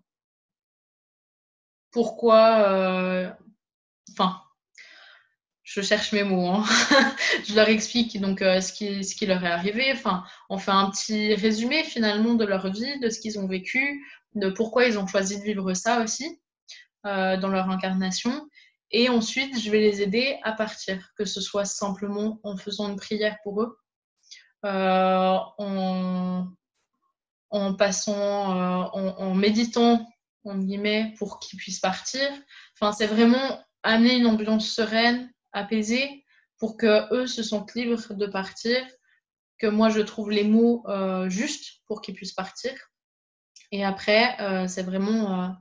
pourquoi. Enfin, je cherche mes mots, hein. Je leur explique donc ce qui leur est arrivé. Enfin, on fait un petit résumé finalement de leur vie, de ce qu'ils ont vécu, de pourquoi ils ont choisi de vivre ça aussi dans leur incarnation. Et ensuite, je vais les aider à partir, que ce soit simplement en faisant une prière pour eux, en en méditant, en guillemets, pour qu'ils puissent partir. Enfin, c'est vraiment amener une ambiance sereine, apaisée, pour que eux se sentent libres de partir, que moi je trouve les mots justes pour qu'ils puissent partir. Et après, c'est vraiment,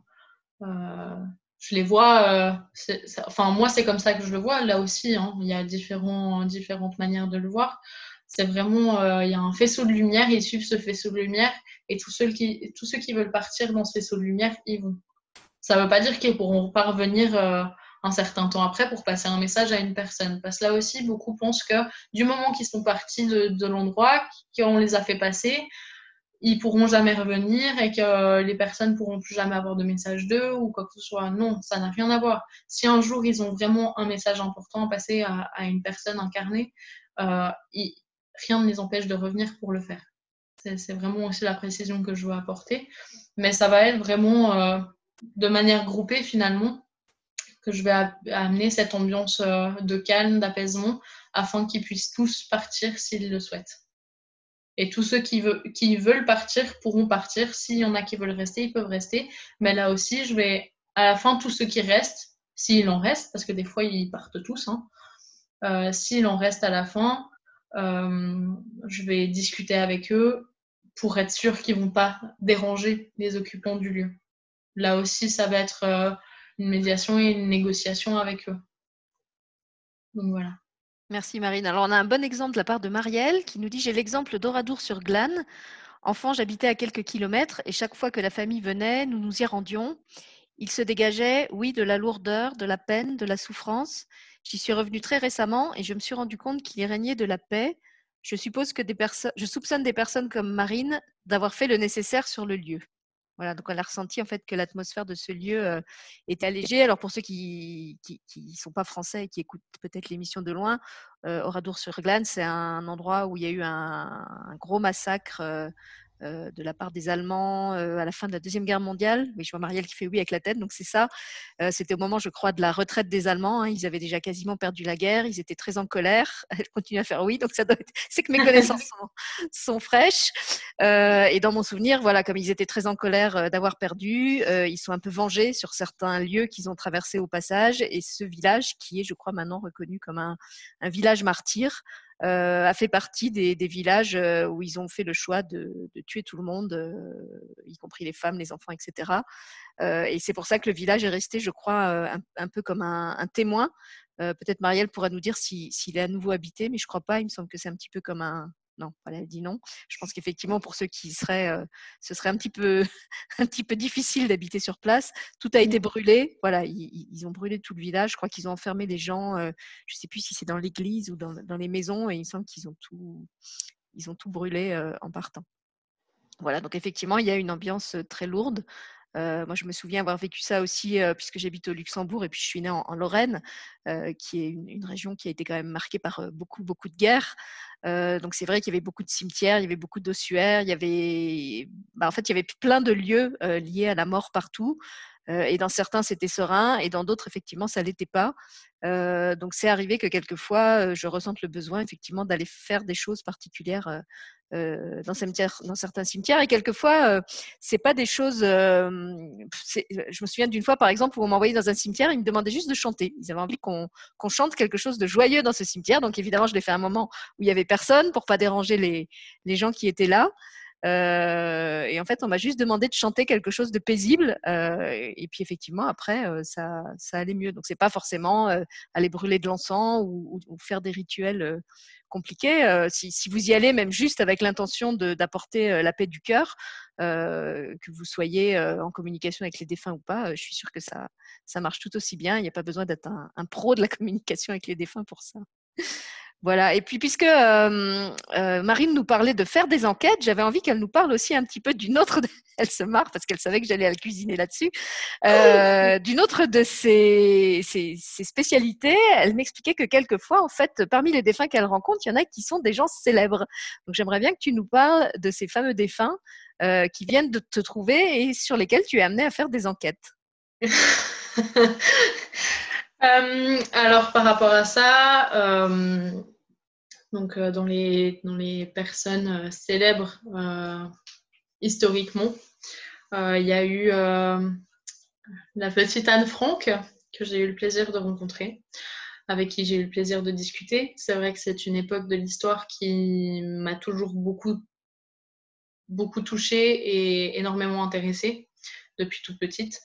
je les vois. Enfin, moi c'est comme ça que je le vois. Là aussi, hein, il y a différentes manières de le voir. C'est vraiment, il y a un faisceau de lumière, ils suivent ce faisceau de lumière, et tous ceux qui veulent partir dans ce faisceau de lumière, ils vont. Ça ne veut pas dire qu'ils pourront pas revenir un certain temps après pour passer un message à une personne. Parce que là aussi, beaucoup pensent que du moment qu'ils sont partis de l'endroit, qu'on les a fait passer, ils pourront jamais revenir et que les personnes pourront plus jamais avoir de message d'eux ou quoi que ce soit. Non, ça n'a rien à voir. Si un jour ils ont vraiment un message important à passer à une personne incarnée, rien ne les empêche de revenir pour le faire. C'est vraiment aussi la précision que je veux apporter. Mais ça va être vraiment de manière groupée finalement que je vais amener cette ambiance de calme, d'apaisement, afin qu'ils puissent tous partir s'ils le souhaitent. Et tous ceux qui veulent partir pourront partir. S'il y en a qui veulent rester, ils peuvent rester. Mais là aussi, je vais, à la fin, tous ceux qui restent, s'il en reste, parce que des fois, ils partent tous, hein, s'il en reste à la fin, je vais discuter avec eux pour être sûr qu'ils ne vont pas déranger les occupants du lieu. Là aussi, ça va être une médiation et une négociation avec eux. Donc voilà. Merci Marine. Alors on a un bon exemple de la part de Marielle qui nous dit: j'ai l'exemple d'Oradour-sur-Glane. Enfant, j'habitais à quelques kilomètres et chaque fois que la famille venait, nous nous y rendions. Il se dégageait, oui, de la lourdeur, de la peine, de la souffrance. J'y suis revenue très récemment et je me suis rendu compte qu'il y régnait de la paix. Je soupçonne des personnes comme Marine d'avoir fait le nécessaire sur le lieu. Voilà, donc on a ressenti en fait que l'atmosphère de ce lieu était allégée. Alors pour ceux qui sont pas français et qui écoutent peut-être l'émission de loin, Oradour-sur-Glane, c'est un endroit où il y a eu un gros massacre de la part des Allemands à la fin de la Deuxième Guerre mondiale. Oui, je vois Marielle qui fait oui avec la tête, donc c'est ça. C'était au moment, je crois, de la retraite des Allemands, hein. Ils avaient déjà quasiment perdu la guerre, ils étaient très en colère. Elle continue à faire oui, donc ça doit être... c'est que mes connaissances sont fraîches. Et dans mon souvenir, voilà, comme ils étaient très en colère d'avoir perdu, ils sont un peu vengés sur certains lieux qu'ils ont traversés au passage. Et ce village, qui est, je crois, maintenant reconnu comme un village martyr, a fait partie des villages où ils ont fait le choix de tuer tout le monde, y compris les femmes, les enfants, etc. Et c'est pour ça que le village est resté, je crois, un peu comme un témoin. Peut-être Marielle pourra nous dire s'il est à nouveau habité, mais je ne crois pas. Il me semble que c'est un petit peu comme un... Non, elle dit non. Je pense qu'effectivement, pour ceux qui seraient, ce serait un petit peu, un petit peu difficile d'habiter sur place. Tout a été brûlé. Voilà, ils ont brûlé tout le village. Je crois qu'ils ont enfermé les gens. Je ne sais plus si c'est dans l'église ou dans les maisons. Et il me semble qu'ils ont tout brûlé en partant. Voilà, donc effectivement, il y a une ambiance très lourde. Moi, je me souviens avoir vécu ça aussi, puisque j'habite au Luxembourg et puis je suis née en Lorraine, qui est une région qui a été quand même marquée par beaucoup, beaucoup de guerres. Donc c'est vrai qu'il y avait beaucoup de cimetières, il y avait beaucoup d'ossuaires, en fait, il y avait plein de lieux liés à la mort partout. Et dans certains, c'était serein, et dans d'autres, effectivement, ça l'était pas. Donc c'est arrivé que quelquefois, je ressente le besoin, effectivement, d'aller faire des choses particulières dans certains cimetières. Et quelquefois, c'est pas des choses. Je me souviens d'une fois, par exemple, où on m'envoyait dans un cimetière, ils me demandaient juste de chanter. Ils avaient envie qu'on chante quelque chose de joyeux dans ce cimetière. Donc évidemment, je l'ai fait à un moment où il y avait personne pour pas déranger les gens qui étaient là. Et en fait, on m'a juste demandé de chanter quelque chose de paisible. Et puis effectivement, après, ça allait mieux. Donc c'est pas forcément aller brûler de l'encens ou faire des rituels compliqué. Si vous y allez, même juste avec l'intention d'apporter la paix du cœur, que vous soyez en communication avec les défunts ou pas, je suis sûre que ça marche tout aussi bien. Il n'y a pas besoin d'être un pro de la communication avec les défunts pour ça. Voilà. Et puis, puisque Marine nous parlait de faire des enquêtes, j'avais envie qu'elle nous parle aussi un petit peu d'une autre. Elle se marre parce qu'elle savait que j'allais la cuisiner là-dessus. D'une autre de ses spécialités, elle m'expliquait que quelquefois, en fait, parmi les défunts qu'elle rencontre, il y en a qui sont des gens célèbres. Donc, j'aimerais bien que tu nous parles de ces fameux défunts qui viennent de te trouver et sur lesquels tu es amené à faire des enquêtes. Alors, par rapport à ça, donc, dans les personnes célèbres historiquement, il y a eu la petite Anne Frank, que j'ai eu le plaisir de rencontrer, avec qui j'ai eu le plaisir de discuter. C'est vrai que c'est une époque de l'histoire qui m'a toujours beaucoup touchée et énormément intéressée depuis toute petite.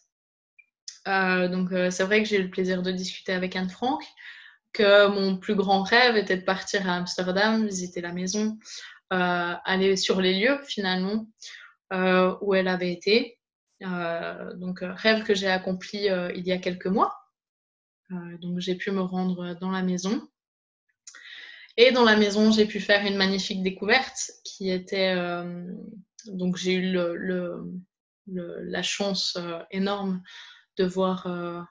Donc, c'est vrai que j'ai eu le plaisir de discuter avec Anne Frank, que mon plus grand rêve était de partir à Amsterdam, visiter la maison, aller sur les lieux finalement où elle avait été. Donc, rêve que j'ai accompli il y a quelques mois. Donc, j'ai pu me rendre dans la maison. Et dans la maison, j'ai pu faire une magnifique découverte qui était... donc, j'ai eu la chance énorme de voir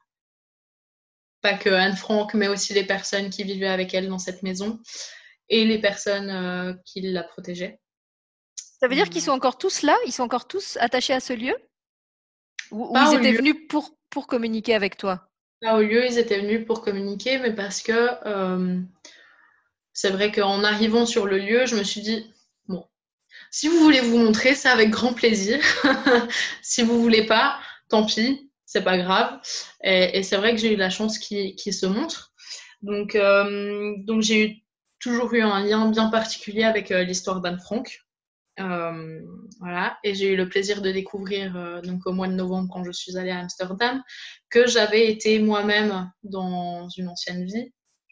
pas que Anne Frank, mais aussi les personnes qui vivaient avec elle dans cette maison et les personnes qui la protégeaient. Ça veut dire qu'ils sont encore tous là? Ils sont encore tous attachés à ce lieu? Ou Pas ils au étaient lieu. venus pour communiquer avec toi? Pas au lieu, ils étaient venus pour communiquer, mais parce que c'est vrai qu'en arrivant sur le lieu, je me suis dit, bon, si vous voulez vous montrer, c'est avec grand plaisir. Si vous voulez pas, tant pis, c'est pas grave. Et c'est vrai que j'ai eu la chance qu'ils se montrent. Donc j'ai toujours eu un lien bien particulier avec l'histoire d'Anne Frank. Voilà. Et j'ai eu le plaisir de découvrir donc au mois de novembre, quand je suis allée à Amsterdam, que j'avais été moi-même dans une ancienne vie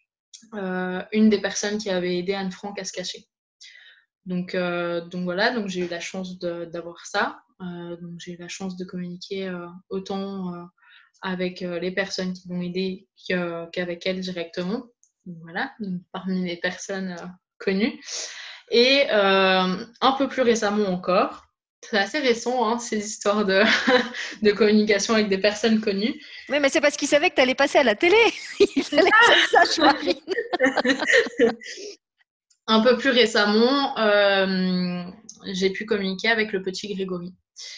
une des personnes qui avait aidé Anne Frank à se cacher. Donc voilà, donc j'ai eu la chance d'avoir ça. Donc j'ai eu la chance de communiquer autant avec les personnes qui m'ont aidé qu'avec elle directement. Donc voilà, donc parmi les personnes connues. Et un peu plus récemment encore, c'est assez récent, hein, ces histoires de communication avec des personnes connues. Oui, mais c'est parce qu'ils savaient que tu allais passer à la télé. Il fallait que ça se sache, Marine. Un peu plus récemment, j'ai pu communiquer avec le petit Grégory.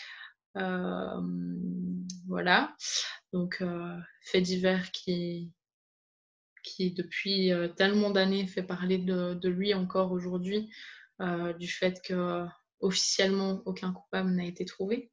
Voilà. Donc, fait divers qui depuis tellement d'années fait parler de lui encore aujourd'hui, du fait que officiellement aucun coupable n'a été trouvé.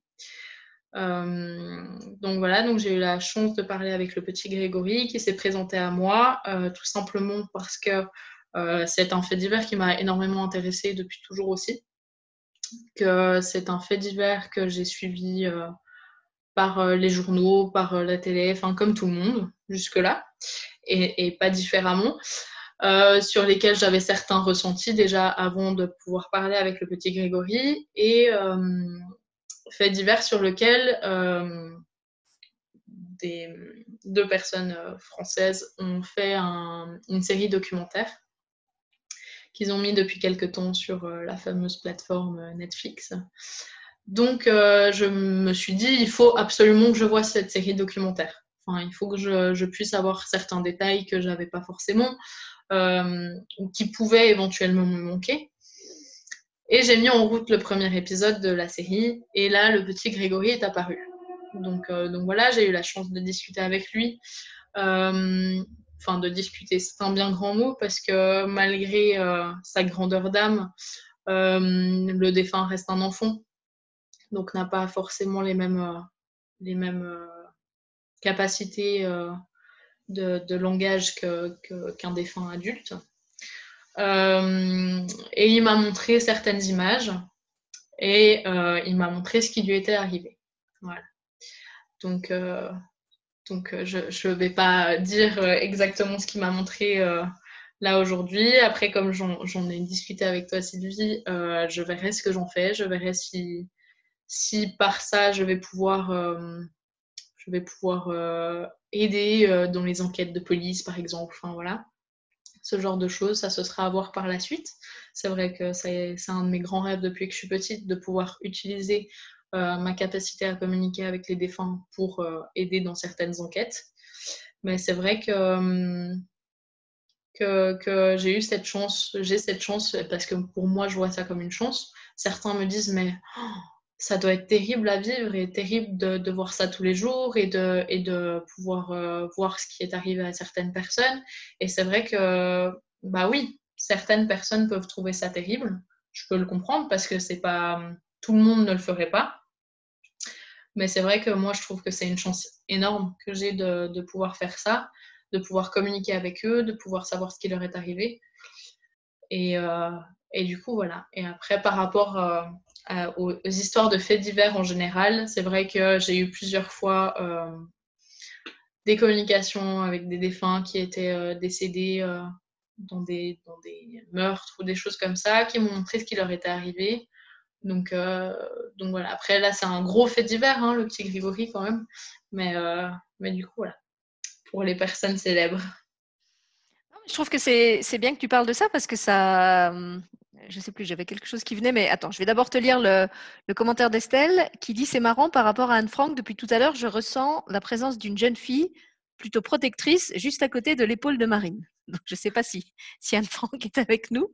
Donc voilà, donc j'ai eu la chance de parler avec le petit Grégory qui s'est présenté à moi, tout simplement parce que c'est un fait divers qui m'a énormément intéressée depuis toujours aussi, que c'est un fait divers que j'ai suivi par les journaux, par la télé, enfin comme tout le monde jusque-là, et pas différemment, sur lesquels j'avais certains ressentis déjà avant de pouvoir parler avec le petit Grégory, et faits divers sur lesquels deux personnes françaises ont fait une série documentaire qu'ils ont mis depuis quelques temps sur la fameuse plateforme Netflix. Donc, je me suis dit, il faut absolument que je voie cette série documentaire. Enfin, il faut que je puisse avoir certains détails que je n'avais pas forcément, ou qui pouvaient éventuellement me manquer. Et j'ai mis en route le premier épisode de la série, et là, le petit Grégory est apparu. Donc voilà, j'ai eu la chance de discuter avec lui. Enfin, de discuter, c'est un bien grand mot, parce que malgré sa grandeur d'âme, le défunt reste un enfant, donc n'a pas forcément les mêmes capacités de langage qu'un défunt adulte. Et il m'a montré certaines images, et il m'a montré ce qui lui était arrivé. Voilà. Donc je ne vais pas dire exactement ce qu'il m'a montré là aujourd'hui. Après, comme j'en ai discuté avec toi, Sylvie, je verrai ce que j'en fais. Je verrai si par ça, je vais pouvoir aider dans les enquêtes de police, par exemple. Enfin, voilà. ce genre de choses, ça se sera à voir par la suite. C'est vrai que c'est un de mes grands rêves depuis que je suis petite, de pouvoir utiliser ma capacité à communiquer avec les défunts pour aider dans certaines enquêtes. Mais c'est vrai que j'ai cette chance parce que pour moi, je vois ça comme une chance. Certains me disent, mais ça doit être terrible à vivre et terrible de voir ça tous les jours et de pouvoir voir ce qui est arrivé à certaines personnes. Et c'est vrai que, bah oui, certaines personnes peuvent trouver ça terrible. Je peux le comprendre parce que c'est pas, tout le monde ne le ferait pas. Mais c'est vrai que moi, je trouve que c'est une chance énorme que j'ai de pouvoir faire ça, de pouvoir communiquer avec eux, de pouvoir savoir ce qui leur est arrivé. Et, et du coup, voilà. Et après, par rapport aux histoires de faits divers en général, c'est vrai que j'ai eu plusieurs fois des communications avec des défunts qui étaient décédés dans des meurtres ou des choses comme ça, qui m'ont montré ce qui leur était arrivé. Donc voilà. Après, là, c'est un gros fait divers, hein, le petit Grégory quand même. Mais du coup, voilà. Pour les personnes célèbres. Je trouve que c'est bien que tu parles de ça parce que ça, je sais plus, j'avais quelque chose qui venait, mais attends, je vais d'abord te lire le commentaire d'Estelle qui dit: c'est marrant par rapport à Anne Frank, depuis tout à l'heure, je ressens la présence d'une jeune fille plutôt protectrice juste à côté de l'épaule de Marine. Donc je ne sais pas si Anne Frank est avec nous.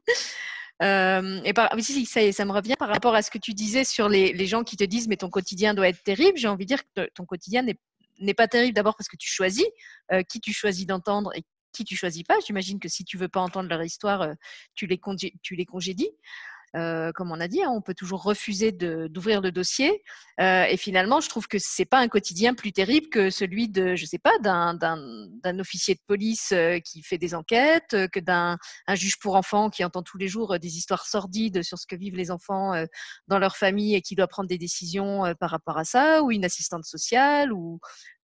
Oui, si, ça me revient par rapport à ce que tu disais sur les gens qui te disent mais ton quotidien doit être terrible. J'ai envie de dire que ton quotidien n'est pas terrible d'abord parce que tu choisis qui tu choisis d'entendre et qui tu choisis pas. J'imagine que si tu veux pas entendre leur histoire, tu les congédies. Comme on a dit, hein, on peut toujours refuser d'ouvrir le dossier. Et finalement, je trouve que c'est pas un quotidien plus terrible que celui de, je sais pas, d'un officier de police qui fait des enquêtes, que d'un juge pour enfants qui entend tous les jours des histoires sordides sur ce que vivent les enfants dans leur famille et qui doit prendre des décisions par rapport à ça, ou une assistante sociale, ou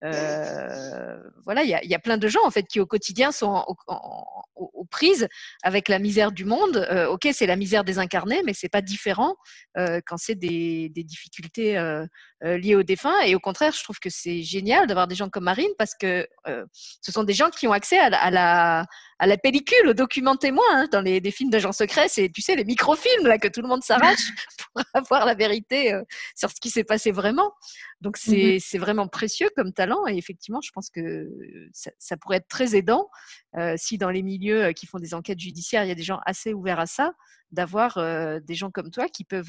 voilà, il y a plein de gens en fait qui au quotidien sont aux prises avec la misère du monde. Ok, c'est la misère désincarnée, mais c'est pas différent quand c'est des difficultés liées aux défunts. Et au contraire, je trouve que c'est génial d'avoir des gens comme Marine parce que ce sont des gens qui ont accès à la pellicule, au document témoin. Hein, dans des films d'agents secrets, c'est, tu sais, les microfilms là que tout le monde s'arrache pour avoir la vérité sur ce qui s'est passé vraiment. Donc c'est vraiment précieux comme talent et effectivement, je pense que ça pourrait être très aidant si dans les milieux qui font des enquêtes judiciaires, il y a des gens assez ouverts à ça, d'avoir des gens comme toi qui peuvent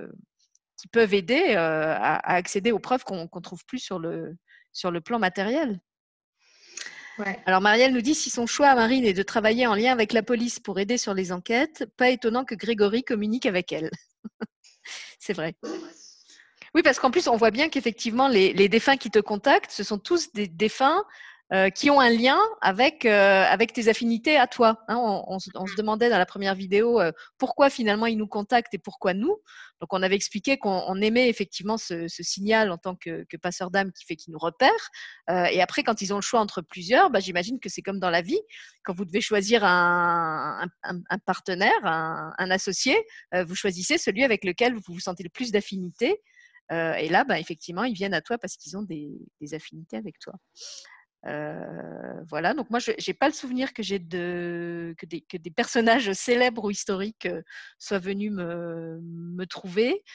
aider à accéder aux preuves qu'on trouve plus sur le plan matériel. Ouais. Alors Marielle nous dit: si son choix à Marine est de travailler en lien avec la police pour aider sur les enquêtes, pas étonnant que Grégory communique avec elle. C'est vrai. Oui, parce qu'en plus, on voit bien qu'effectivement, les défunts qui te contactent, ce sont tous des défunts qui ont un lien avec tes affinités à toi. Hein, on se demandait dans la première vidéo pourquoi finalement ils nous contactent et pourquoi nous. Donc, on avait expliqué qu'on aimait effectivement ce signal en tant que passeur d'âme qui fait qu'il nous repère. Et après, quand ils ont le choix entre plusieurs, j'imagine que c'est comme dans la vie. Quand vous devez choisir un partenaire, un associé, vous choisissez celui avec lequel vous vous sentez le plus d'affinité. Et là, effectivement, ils viennent à toi parce qu'ils ont des affinités avec toi. Voilà, donc moi, je n'ai pas le souvenir que des personnages célèbres ou historiques soient venus me trouver.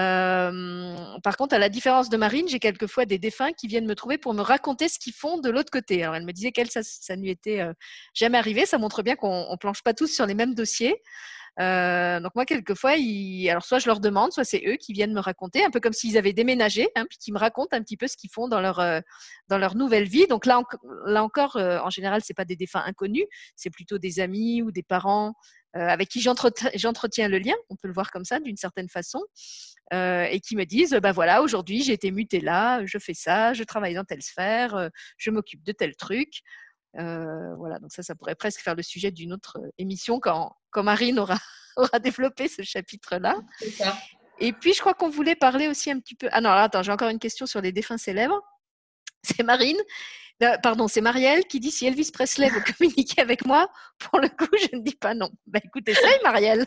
Par contre, à la différence de Marine, j'ai quelquefois des défunts qui viennent me trouver pour me raconter ce qu'ils font de l'autre côté. Alors, elle me disait qu'elle, ça ne lui était jamais arrivé. Ça montre bien qu'on ne planche pas tous sur les mêmes dossiers. Donc moi, quelquefois, alors soit je leur demande, soit c'est eux qui viennent me raconter, un peu comme s'ils avaient déménagé, hein, puis qui me racontent un petit peu ce qu'ils font dans leur nouvelle vie. Donc là encore, en général, c'est pas des défunts inconnus, c'est plutôt des amis ou des parents avec qui j'entretiens le lien, on peut le voir comme ça, d'une certaine façon, et qui me disent, voilà, aujourd'hui, j'ai été mutée là, je fais ça, je travaille dans telle sphère, je m'occupe de tel truc. Voilà, donc ça pourrait presque faire le sujet d'une autre émission quand Marine aura développé ce chapitre-là. C'est ça. Et puis, je crois qu'on voulait parler aussi un petit peu… Ah non, attends, j'ai encore une question sur les défunts célèbres. C'est c'est Marielle qui dit: si Elvis Presley veut communiquer avec moi, pour le coup, je ne dis pas non. Écoute, essaye, Marielle.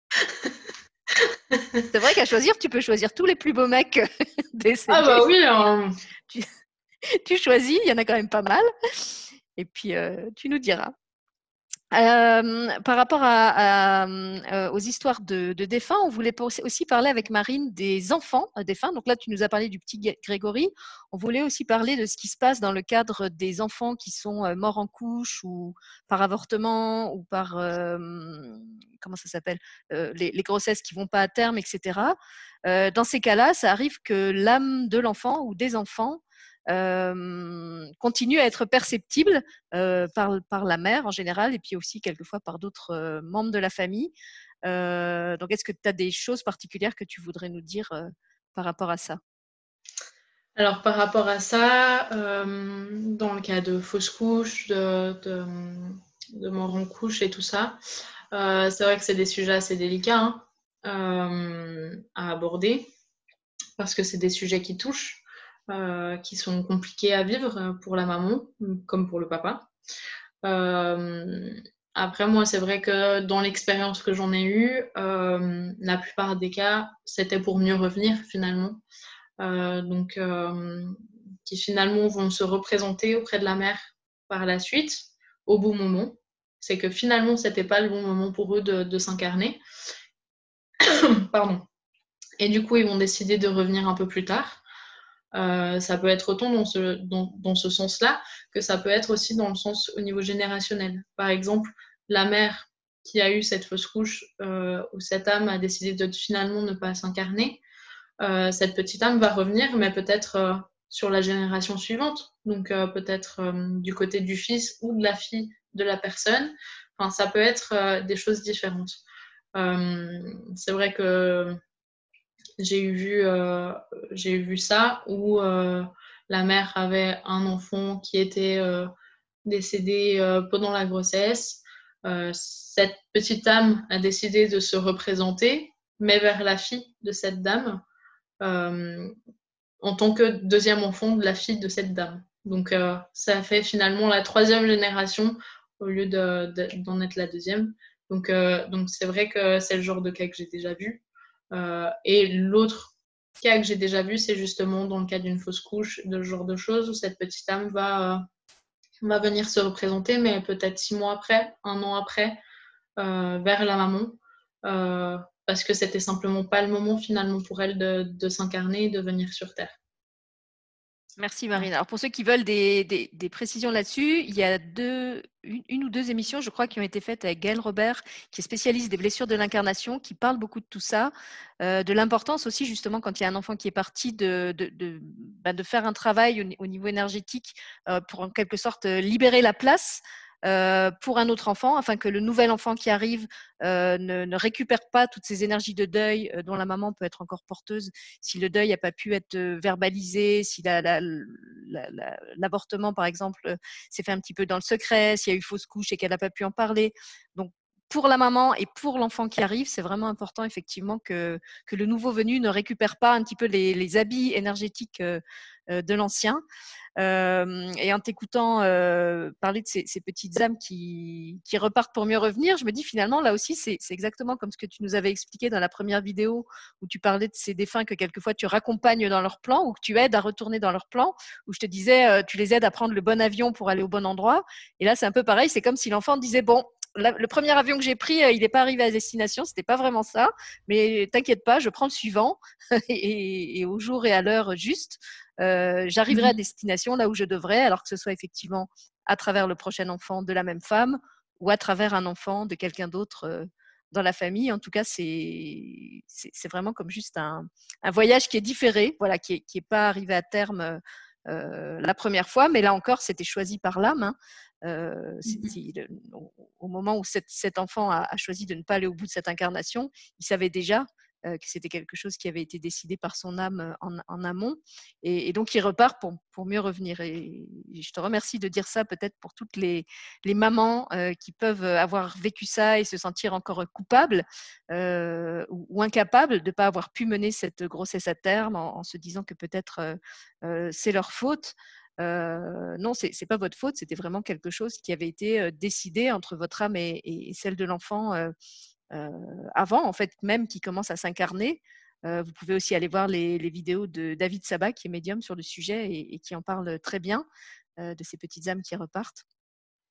C'est vrai qu'à choisir, tu peux choisir tous les plus beaux mecs décédés. Ah oui. Hein. Tu choisis, il y en a quand même pas mal. Et puis, tu nous diras. Par rapport aux histoires de défunts, on voulait aussi parler avec Marine des enfants défunts. Donc là, tu nous as parlé du petit Grégory. On voulait aussi parler de ce qui se passe dans le cadre des enfants qui sont morts en couche ou par avortement ou par, comment ça s'appelle, les grossesses qui ne vont pas à terme, etc. Dans ces cas-là, ça arrive que l'âme de l'enfant ou des enfants continue à être perceptible par la mère en général et puis aussi quelquefois par d'autres membres de la famille. Donc, est-ce que tu as des choses particulières que tu voudrais nous dire par rapport à ça? Alors, par rapport à ça, dans le cas de fausses couches, de mort en couche et tout ça, c'est vrai que c'est des sujets assez délicats à aborder parce que c'est des sujets qui touchent, qui sont compliqués à vivre pour la maman comme pour le papa. Après, moi, c'est vrai que dans l'expérience que j'en ai eue, la plupart des cas, c'était pour mieux revenir finalement. Donc, qui finalement vont se représenter auprès de la mère par la suite, au bon moment. C'est que finalement, c'était pas le bon moment pour eux de s'incarner. Pardon. Et du coup, ils vont décider de revenir un peu plus tard. Ça peut être autant dans ce sens-là que ça peut être aussi dans le sens au niveau générationnel. Par exemple, la mère qui a eu cette fausse couche où cette âme a décidé de finalement ne pas s'incarner, cette petite âme va revenir, mais peut-être sur la génération suivante. Donc peut-être du côté du fils ou de la fille de la personne. Enfin, ça peut être des choses différentes. C'est vrai que j'ai vu ça où la mère avait un enfant qui était décédé pendant la grossesse. Cette petite âme a décidé de se représenter, mais vers la fille de cette dame, en tant que deuxième enfant de la fille de cette dame. Donc ça fait finalement la troisième génération au lieu d'en être la deuxième. Donc c'est vrai que c'est le genre de cas que j'ai déjà vu. Et l'autre cas que j'ai déjà vu, c'est justement dans le cas d'une fausse couche, de ce genre de choses, où cette petite âme va venir se représenter, mais peut-être 6 mois après, 1 an après, vers la maman, parce que c'était simplement pas le moment finalement pour elle de s'incarner et de venir sur Terre. Merci Marine. Alors pour ceux qui veulent des précisions là-dessus, il y a une ou deux émissions, je crois, qui ont été faites avec Gaël Robert, qui est spécialiste des blessures de l'incarnation, qui parle beaucoup de tout ça, de l'importance aussi justement quand il y a un enfant qui est parti de faire un travail au niveau énergétique pour en quelque sorte libérer la place pour un autre enfant, afin que le nouvel enfant qui arrive ne récupère pas toutes ces énergies de deuil dont la maman peut être encore porteuse si le deuil n'a pas pu être verbalisé, si l'avortement, par exemple, s'est fait un petit peu dans le secret, s'il y a eu fausse couche et qu'elle n'a pas pu en parler. Donc, pour la maman et pour l'enfant qui arrive, c'est vraiment important effectivement que le nouveau venu ne récupère pas un petit peu les habits énergétiques de l'ancien. Et en t'écoutant parler de ces petites âmes qui repartent pour mieux revenir, je me dis finalement, là aussi, c'est exactement comme ce que tu nous avais expliqué dans la première vidéo où tu parlais de ces défunts que quelquefois tu raccompagnes dans leur plan ou que tu aides à retourner dans leur plan, où je te disais, tu les aides à prendre le bon avion pour aller au bon endroit. Et là, c'est un peu pareil, c'est comme si l'enfant disait, bon, le premier avion que j'ai pris, il n'est pas arrivé à destination, c'était pas vraiment ça, mais t'inquiète pas, je prends le suivant et au jour et à l'heure juste, j'arriverai à destination là où je devrais, alors que ce soit effectivement à travers le prochain enfant de la même femme ou à travers un enfant de quelqu'un d'autre dans la famille. En tout cas, c'est vraiment comme juste un voyage qui est différé, voilà, qui est pas arrivé à terme la première fois, mais là encore, c'était choisi par l'âme. Hein. Au moment où cet enfant a choisi de ne pas aller au bout de cette incarnation, il savait déjà que c'était quelque chose qui avait été décidé par son âme en amont. Et donc, il repart pour mieux revenir. Et je te remercie de dire ça peut-être pour toutes les mamans qui peuvent avoir vécu ça et se sentir encore coupables ou incapables de ne pas avoir pu mener cette grossesse à terme en se disant que peut-être c'est leur faute. Non, c'est pas votre faute, c'était vraiment quelque chose qui avait été décidé entre votre âme et celle de l'enfant avant, en fait, même qui commence à s'incarner. Vous pouvez aussi aller voir les vidéos de David Sabat, qui est médium sur le sujet et qui en parle très bien de ces petites âmes qui repartent.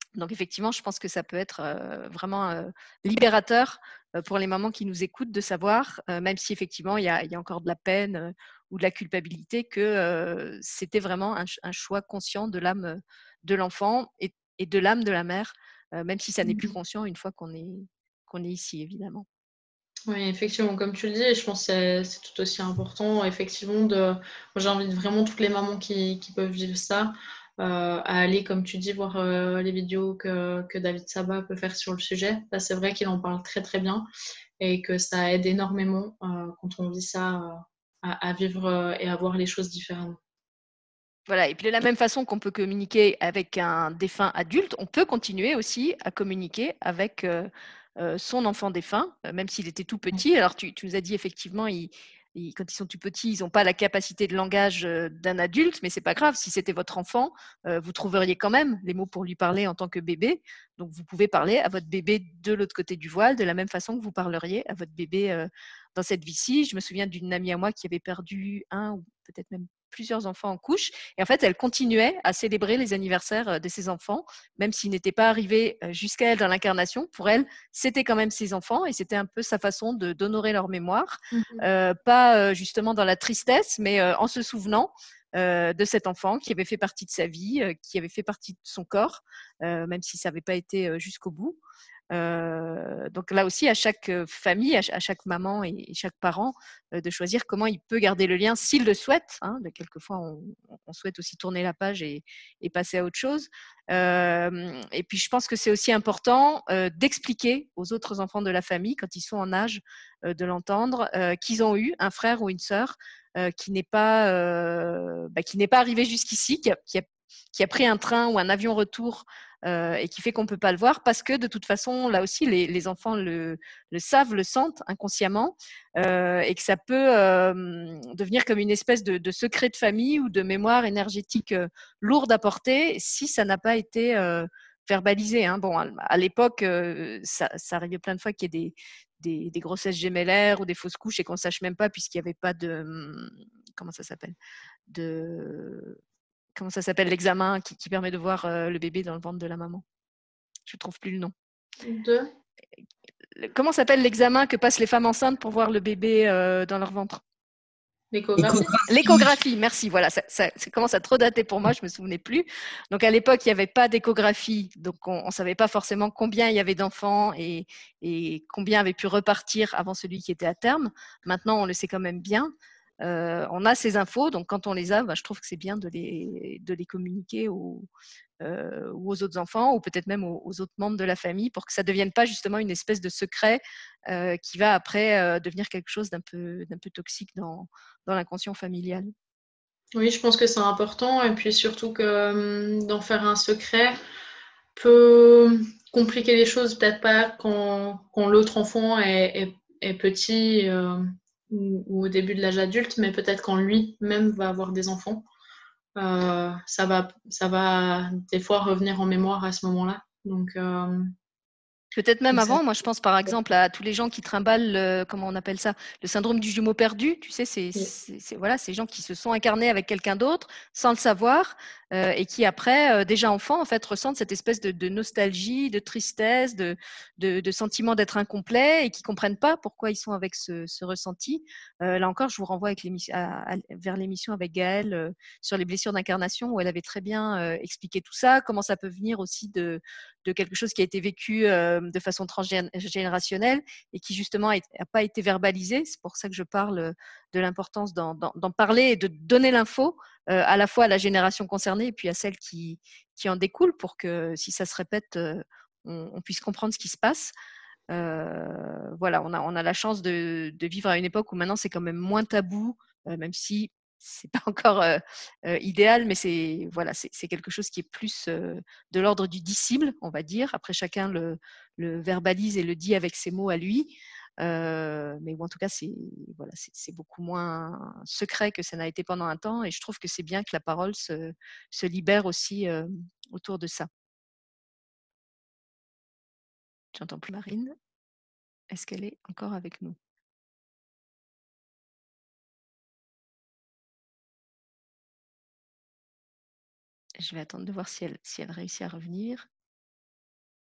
Donc effectivement, je pense que ça peut être vraiment libérateur pour les mamans qui nous écoutent de savoir, même si effectivement il y a encore de la peine ou de la culpabilité, que c'était vraiment un choix conscient de l'âme de l'enfant et de l'âme de la mère, même si ça n'est plus conscient une fois qu'on est ici, évidemment. Oui, effectivement, comme tu le dis, et je pense que c'est tout aussi important, effectivement, moi, j'invite vraiment toutes les mamans qui peuvent vivre ça, à aller, comme tu dis, voir les vidéos que David Saba peut faire sur le sujet. Là, c'est vrai qu'il en parle très très bien et que ça aide énormément quand on vit ça, à vivre et à voir les choses différemment. Voilà, et puis de la même façon qu'on peut communiquer avec un défunt adulte, on peut continuer aussi à communiquer avec son enfant défunt, même s'il était tout petit. Alors tu nous as dit effectivement, quand ils sont tout petits, ils n'ont pas la capacité de langage d'un adulte, mais c'est pas grave. Si c'était votre enfant, vous trouveriez quand même les mots pour lui parler en tant que bébé. Donc vous pouvez parler à votre bébé de l'autre côté du voile, de la même façon que vous parleriez à votre bébé dans cette vie-ci. Je me souviens d'une amie à moi qui avait perdu un ou peut-être même plusieurs enfants en couche. Et en fait, elle continuait à célébrer les anniversaires de ses enfants, même s'ils n'étaient pas arrivés jusqu'à elle dans l'incarnation. Pour elle, c'était quand même ses enfants et c'était un peu sa façon d'honorer leur mémoire. Pas justement dans la tristesse, mais en se souvenant de cet enfant qui avait fait partie de sa vie, qui avait fait partie de son corps, même si ça n'avait pas été jusqu'au bout. Donc là aussi, à chaque famille, à chaque maman et chaque parent, de choisir comment il peut garder le lien s'il le souhaite. Hein. Quelquefois, on souhaite aussi tourner la page et passer à autre chose. Et puis, je pense que c'est aussi important d'expliquer aux autres enfants de la famille, quand ils sont en âge de l'entendre, qu'ils ont eu un frère ou une sœur qui n'est pas arrivé jusqu'ici, qui a pris un train ou un avion retour et qui fait qu'on ne peut pas le voir parce que de toute façon, là aussi, les enfants le savent, le sentent inconsciemment et que ça peut devenir comme une espèce de secret de famille ou de mémoire énergétique lourde à porter si ça n'a pas été verbalisé. Hein. Bon, à l'époque, ça arrivait plein de fois qu'il y ait des grossesses gémellaires ou des fausses couches et qu'on ne sache même pas puisqu'il n'y avait pas de... Comment ça s'appelle de comment ça s'appelle l'examen qui permet de voir le bébé dans le ventre de la maman. Je ne trouve plus le nom. Deux, Comment s'appelle l'examen que passent les femmes enceintes pour voir le bébé dans leur ventre? l'échographie. L'échographie, merci. Voilà, ça commence à trop dater pour moi, je me souvenais plus. Donc à l'époque, il n'y avait pas d'échographie, donc on ne savait pas forcément combien il y avait d'enfants et combien avaient pu repartir avant celui qui était à terme. Maintenant, on le sait quand même bien. On a ces infos, donc quand on les a, je trouve que c'est bien de les communiquer ou aux autres enfants, ou peut-être même aux autres membres de la famille, pour que ça ne devienne pas justement une espèce de secret qui va après devenir quelque chose d'un peu toxique dans l'inconscient familial. Oui, je pense que c'est important et puis surtout que d'en faire un secret peut compliquer les choses, peut-être pas quand l'autre enfant est petit ou au début de l'âge adulte, mais peut-être quand lui-même va avoir des enfants. Ça va des fois revenir en mémoire à ce moment-là. Donc, Peut-être même ça- avant, moi je pense par exemple à tous les gens qui trimballent, comment on appelle ça, le syndrome du jumeau perdu, tu sais, voilà, ces gens qui se sont incarnés avec quelqu'un d'autre sans le savoir et qui après, déjà enfants, en fait, ressentent cette espèce de nostalgie, de tristesse, de sentiment d'être incomplet et qui comprennent pas pourquoi ils sont avec ce ressenti. Là encore, je vous renvoie vers l'émission avec Gaëlle sur les blessures d'incarnation où elle avait très bien expliqué tout ça, comment ça peut venir aussi de quelque chose qui a été vécu de façon transgénérationnelle et qui justement n'a pas été verbalisé. C'est pour ça que je parle de l'importance d'en parler et de donner l'info à la fois à la génération concernée et puis à celle qui en découle pour que si ça se répète, on puisse comprendre ce qui se passe. Voilà, on a la chance de vivre à une époque où maintenant c'est quand même moins tabou, même si c'est pas encore idéal, mais c'est voilà, c'est quelque chose qui est plus de l'ordre du dissible, on va dire. Après, chacun le verbalise et le dit avec ses mots à lui. Mais en tout cas, c'est voilà, c'est beaucoup moins secret que ça n'a été pendant un temps. Et je trouve que c'est bien que la parole se libère aussi autour de ça. J'entends plus Marine. Est-ce qu'elle est encore avec nous? Je vais attendre de voir si elle réussit à revenir.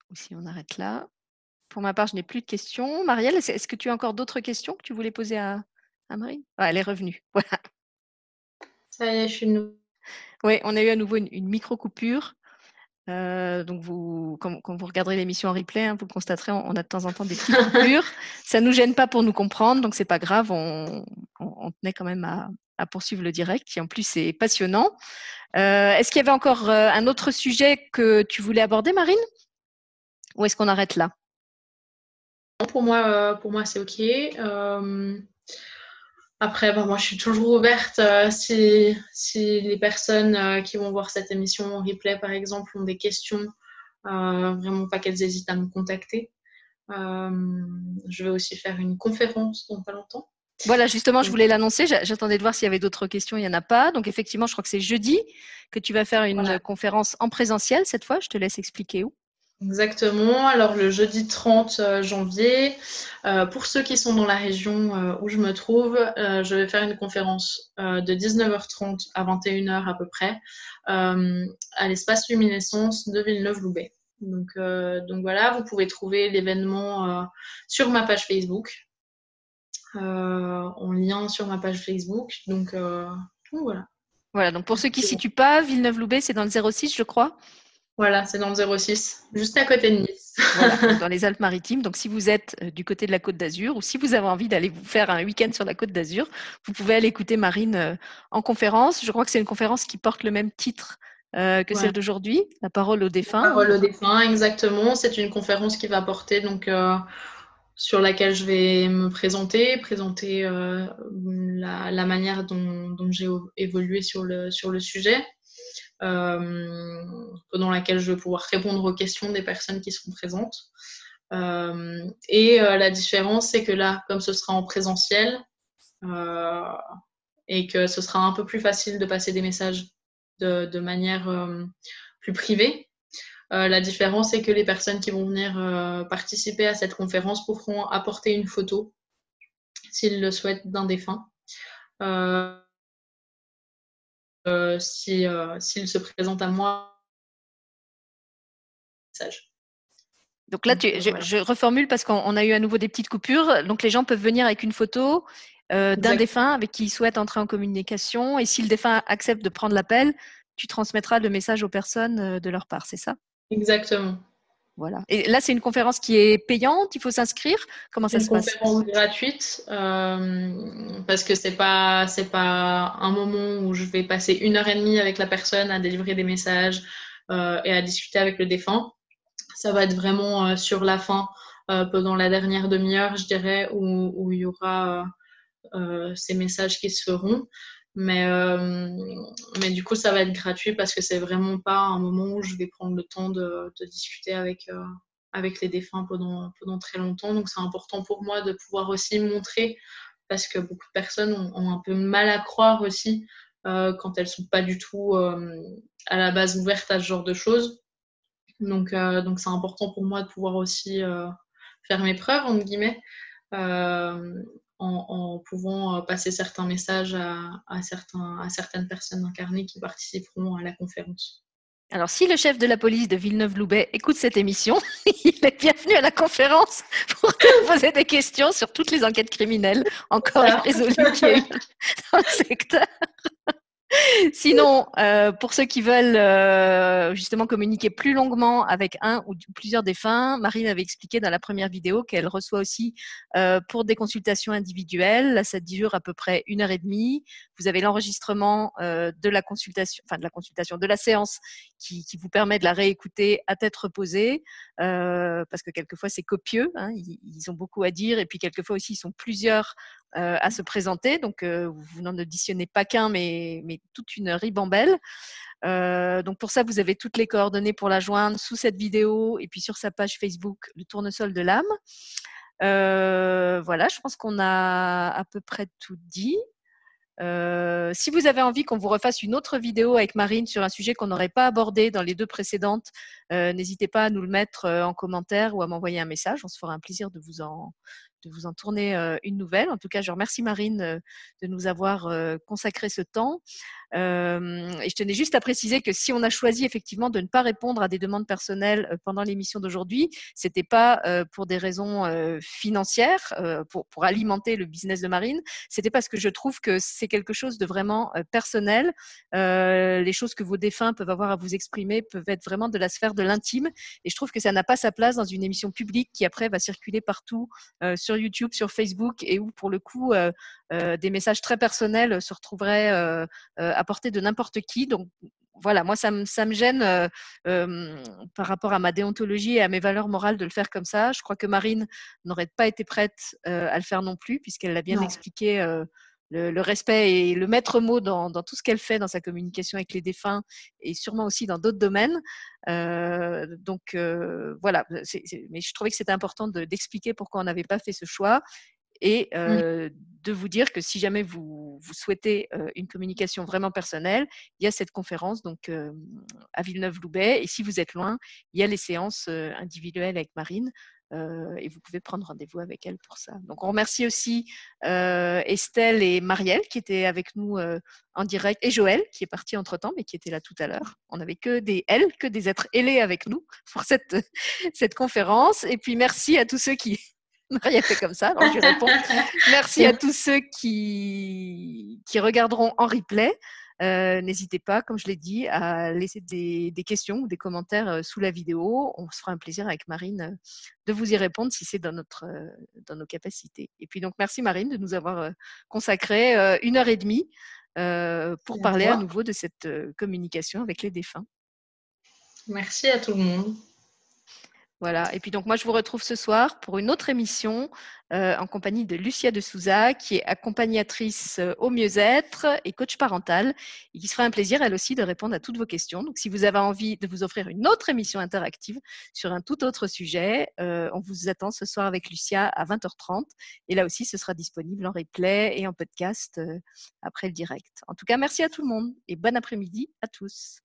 Ou si on arrête là. Pour ma part, je n'ai plus de questions. Marielle, est-ce que tu as encore d'autres questions que tu voulais poser à Marine? Elle est revenue. Voilà. Ça y est, je suis nous. Oui, on a eu à nouveau une micro-coupure. Donc, quand vous regarderez l'émission en replay, vous constaterez, on a de temps en temps des petites coupures. Ça ne nous gêne pas pour nous comprendre, donc c'est pas grave. On tenait quand même à poursuivre le direct, qui en plus c'est passionnant. Est-ce qu'il y avait encore un autre sujet que tu voulais aborder, Marine? Ou est-ce qu'on arrête là? Pour moi c'est OK. Après, moi, je suis toujours ouverte si les personnes qui vont voir cette émission en replay, par exemple, ont des questions, vraiment pas qu'elles hésitent à me contacter. Je vais aussi faire une conférence dans pas longtemps. Voilà, justement, je voulais l'annoncer. J'attendais de voir s'il y avait d'autres questions. Il n'y en a pas. Donc, effectivement, je crois que c'est jeudi que tu vas faire une conférence en présentiel cette fois. Je te laisse expliquer où. Exactement. Alors, le jeudi 30 janvier, pour ceux qui sont dans la région où je me trouve, je vais faire une conférence de 19h30 à 21h à peu près à l'espace Luminescence de Villeneuve-Loubet. Donc voilà, vous pouvez trouver l'événement sur ma page Facebook, en lien sur ma page Facebook. Donc voilà. Voilà, donc pour ceux qui ne situent pas, Villeneuve-Loubet, c'est dans le 06, je crois. Voilà, c'est dans le 06, juste à côté de Nice. Voilà, dans les Alpes-Maritimes. Donc, si vous êtes du côté de la Côte d'Azur ou si vous avez envie d'aller vous faire un week-end sur la Côte d'Azur, vous pouvez aller écouter Marine en conférence. Je crois que c'est une conférence qui porte le même titre que celle d'aujourd'hui, La parole aux défunts. La parole aux défunts, exactement. C'est une conférence qui va porter donc sur laquelle je vais me présenter la manière dont j'ai évolué sur le sujet, pendant laquelle je vais pouvoir répondre aux questions des personnes qui seront présentes. La différence, c'est que là, comme ce sera en présentiel, et que ce sera un peu plus facile de passer des messages de manière plus privée. La différence, c'est que les personnes qui vont venir participer à cette conférence pourront apporter une photo, s'ils le souhaitent, d'un défunt. S'il se présente à moi, message. Donc là, je reformule parce qu'on a eu à nouveau des petites coupures. Donc les gens peuvent venir avec une photo d'un défunt avec qui ils souhaitent entrer en communication. Et si le défunt accepte de prendre l'appel, tu transmettras le message aux personnes de leur part, c'est ça? Exactement. Voilà. Et là, c'est une conférence qui est payante, il faut s'inscrire. Comment ça se passe? C'est une conférence gratuite parce que c'est pas un moment où je vais passer 1h30 avec la personne à délivrer des messages et à discuter avec le défunt. Ça va être vraiment sur la fin, pendant la dernière demi-heure, je dirais, où il y aura ces messages qui se feront. Mais du coup, ça va être gratuit parce que c'est vraiment pas un moment où je vais prendre le temps de discuter avec les défunts pendant très longtemps. Donc, c'est important pour moi de pouvoir aussi montrer, parce que beaucoup de personnes ont un peu mal à croire aussi quand elles sont pas du tout à la base ouvertes à ce genre de choses. Donc c'est important pour moi de pouvoir aussi faire mes preuves, entre guillemets, en pouvant passer certains messages à certaines personnes incarnées qui participeront à la conférence. Alors, si le chef de la police de Villeneuve-Loubet écoute cette émission, il est bienvenu à la conférence pour te poser des questions sur toutes les enquêtes criminelles encore irrésolues qu'il y a eu dans le secteur. Sinon, pour ceux qui veulent justement communiquer plus longuement avec un ou plusieurs défunts, Marine avait expliqué dans la première vidéo qu'elle reçoit aussi pour des consultations individuelles. Là, ça dure à peu près 1h30. Vous avez l'enregistrement de la consultation, de la séance qui vous permet de la réécouter à tête reposée, parce que quelquefois c'est copieux, ils ont beaucoup à dire, et puis quelquefois aussi ils sont plusieurs à se présenter, donc vous n'en auditionnez pas qu'un, mais toute une ribambelle. Donc pour ça, vous avez toutes les coordonnées pour la joindre sous cette vidéo et puis sur sa page Facebook, le tournesol de l'âme. Voilà, je pense qu'on a à peu près tout dit. Si vous avez envie qu'on vous refasse une autre vidéo avec Marine sur un sujet qu'on n'aurait pas abordé dans les deux précédentes, n'hésitez pas à nous le mettre en commentaire ou à m'envoyer un message. On se fera un plaisir de vous en tourner une nouvelle. En tout cas, je remercie Marine de nous avoir consacré ce temps. Et je tenais juste à préciser que si on a choisi effectivement de ne pas répondre à des demandes personnelles pendant l'émission d'aujourd'hui, c'était pas pour des raisons financières, pour alimenter le business de Marine. C'était parce que je trouve que c'est quelque chose de vraiment personnel. Les choses que vos défunts peuvent avoir à vous exprimer peuvent être vraiment de la sphère de l'intime. Et je trouve que ça n'a pas sa place dans une émission publique qui après va circuler partout sur YouTube, sur Facebook, et où pour le coup des messages très personnels se retrouveraient à portée de n'importe qui. Donc voilà, moi ça me gêne par rapport à ma déontologie et à mes valeurs morales de le faire comme ça. Je crois que Marine n'aurait pas été prête à le faire non plus, puisqu'elle l'a bien expliqué. Le respect est le maître mot dans tout ce qu'elle fait dans sa communication avec les défunts et sûrement aussi dans d'autres domaines. Donc voilà, mais je trouvais que c'était important d'expliquer pourquoi on n'avait pas fait ce choix et de vous dire que si jamais vous souhaitez une communication vraiment personnelle, il y a cette conférence donc à Villeneuve-Loubet, et si vous êtes loin, il y a les séances individuelles avec Marine. Et vous pouvez prendre rendez-vous avec elle pour ça. Donc on remercie aussi Estelle et Marielle qui étaient avec nous en direct, et Joël qui est parti entre-temps mais qui était là tout à l'heure. On n'avait que des êtres ailés avec nous pour cette conférence. Et puis merci à tous ceux qui... Marie a fait comme ça, alors je lui réponds. Merci à tous ceux qui regarderont en replay. N'hésitez pas, comme je l'ai dit, à laisser des questions ou des commentaires sous la vidéo. On se fera un plaisir avec Marine de vous y répondre si c'est dans nos capacités. Et puis donc, merci Marine de nous avoir consacré 1h30 pour parler à nouveau de cette communication avec les défunts. Merci à tout le monde. Voilà. Et puis donc moi je vous retrouve ce soir pour une autre émission en compagnie de Lucia de Souza, qui est accompagnatrice au mieux-être et coach parental, et qui se fera un plaisir elle aussi de répondre à toutes vos questions. Donc si vous avez envie de vous offrir une autre émission interactive sur un tout autre sujet, on vous attend ce soir avec Lucia à 20h30, et là aussi ce sera disponible en replay et en podcast après le direct. En tout cas, merci à tout le monde et bon après-midi à tous.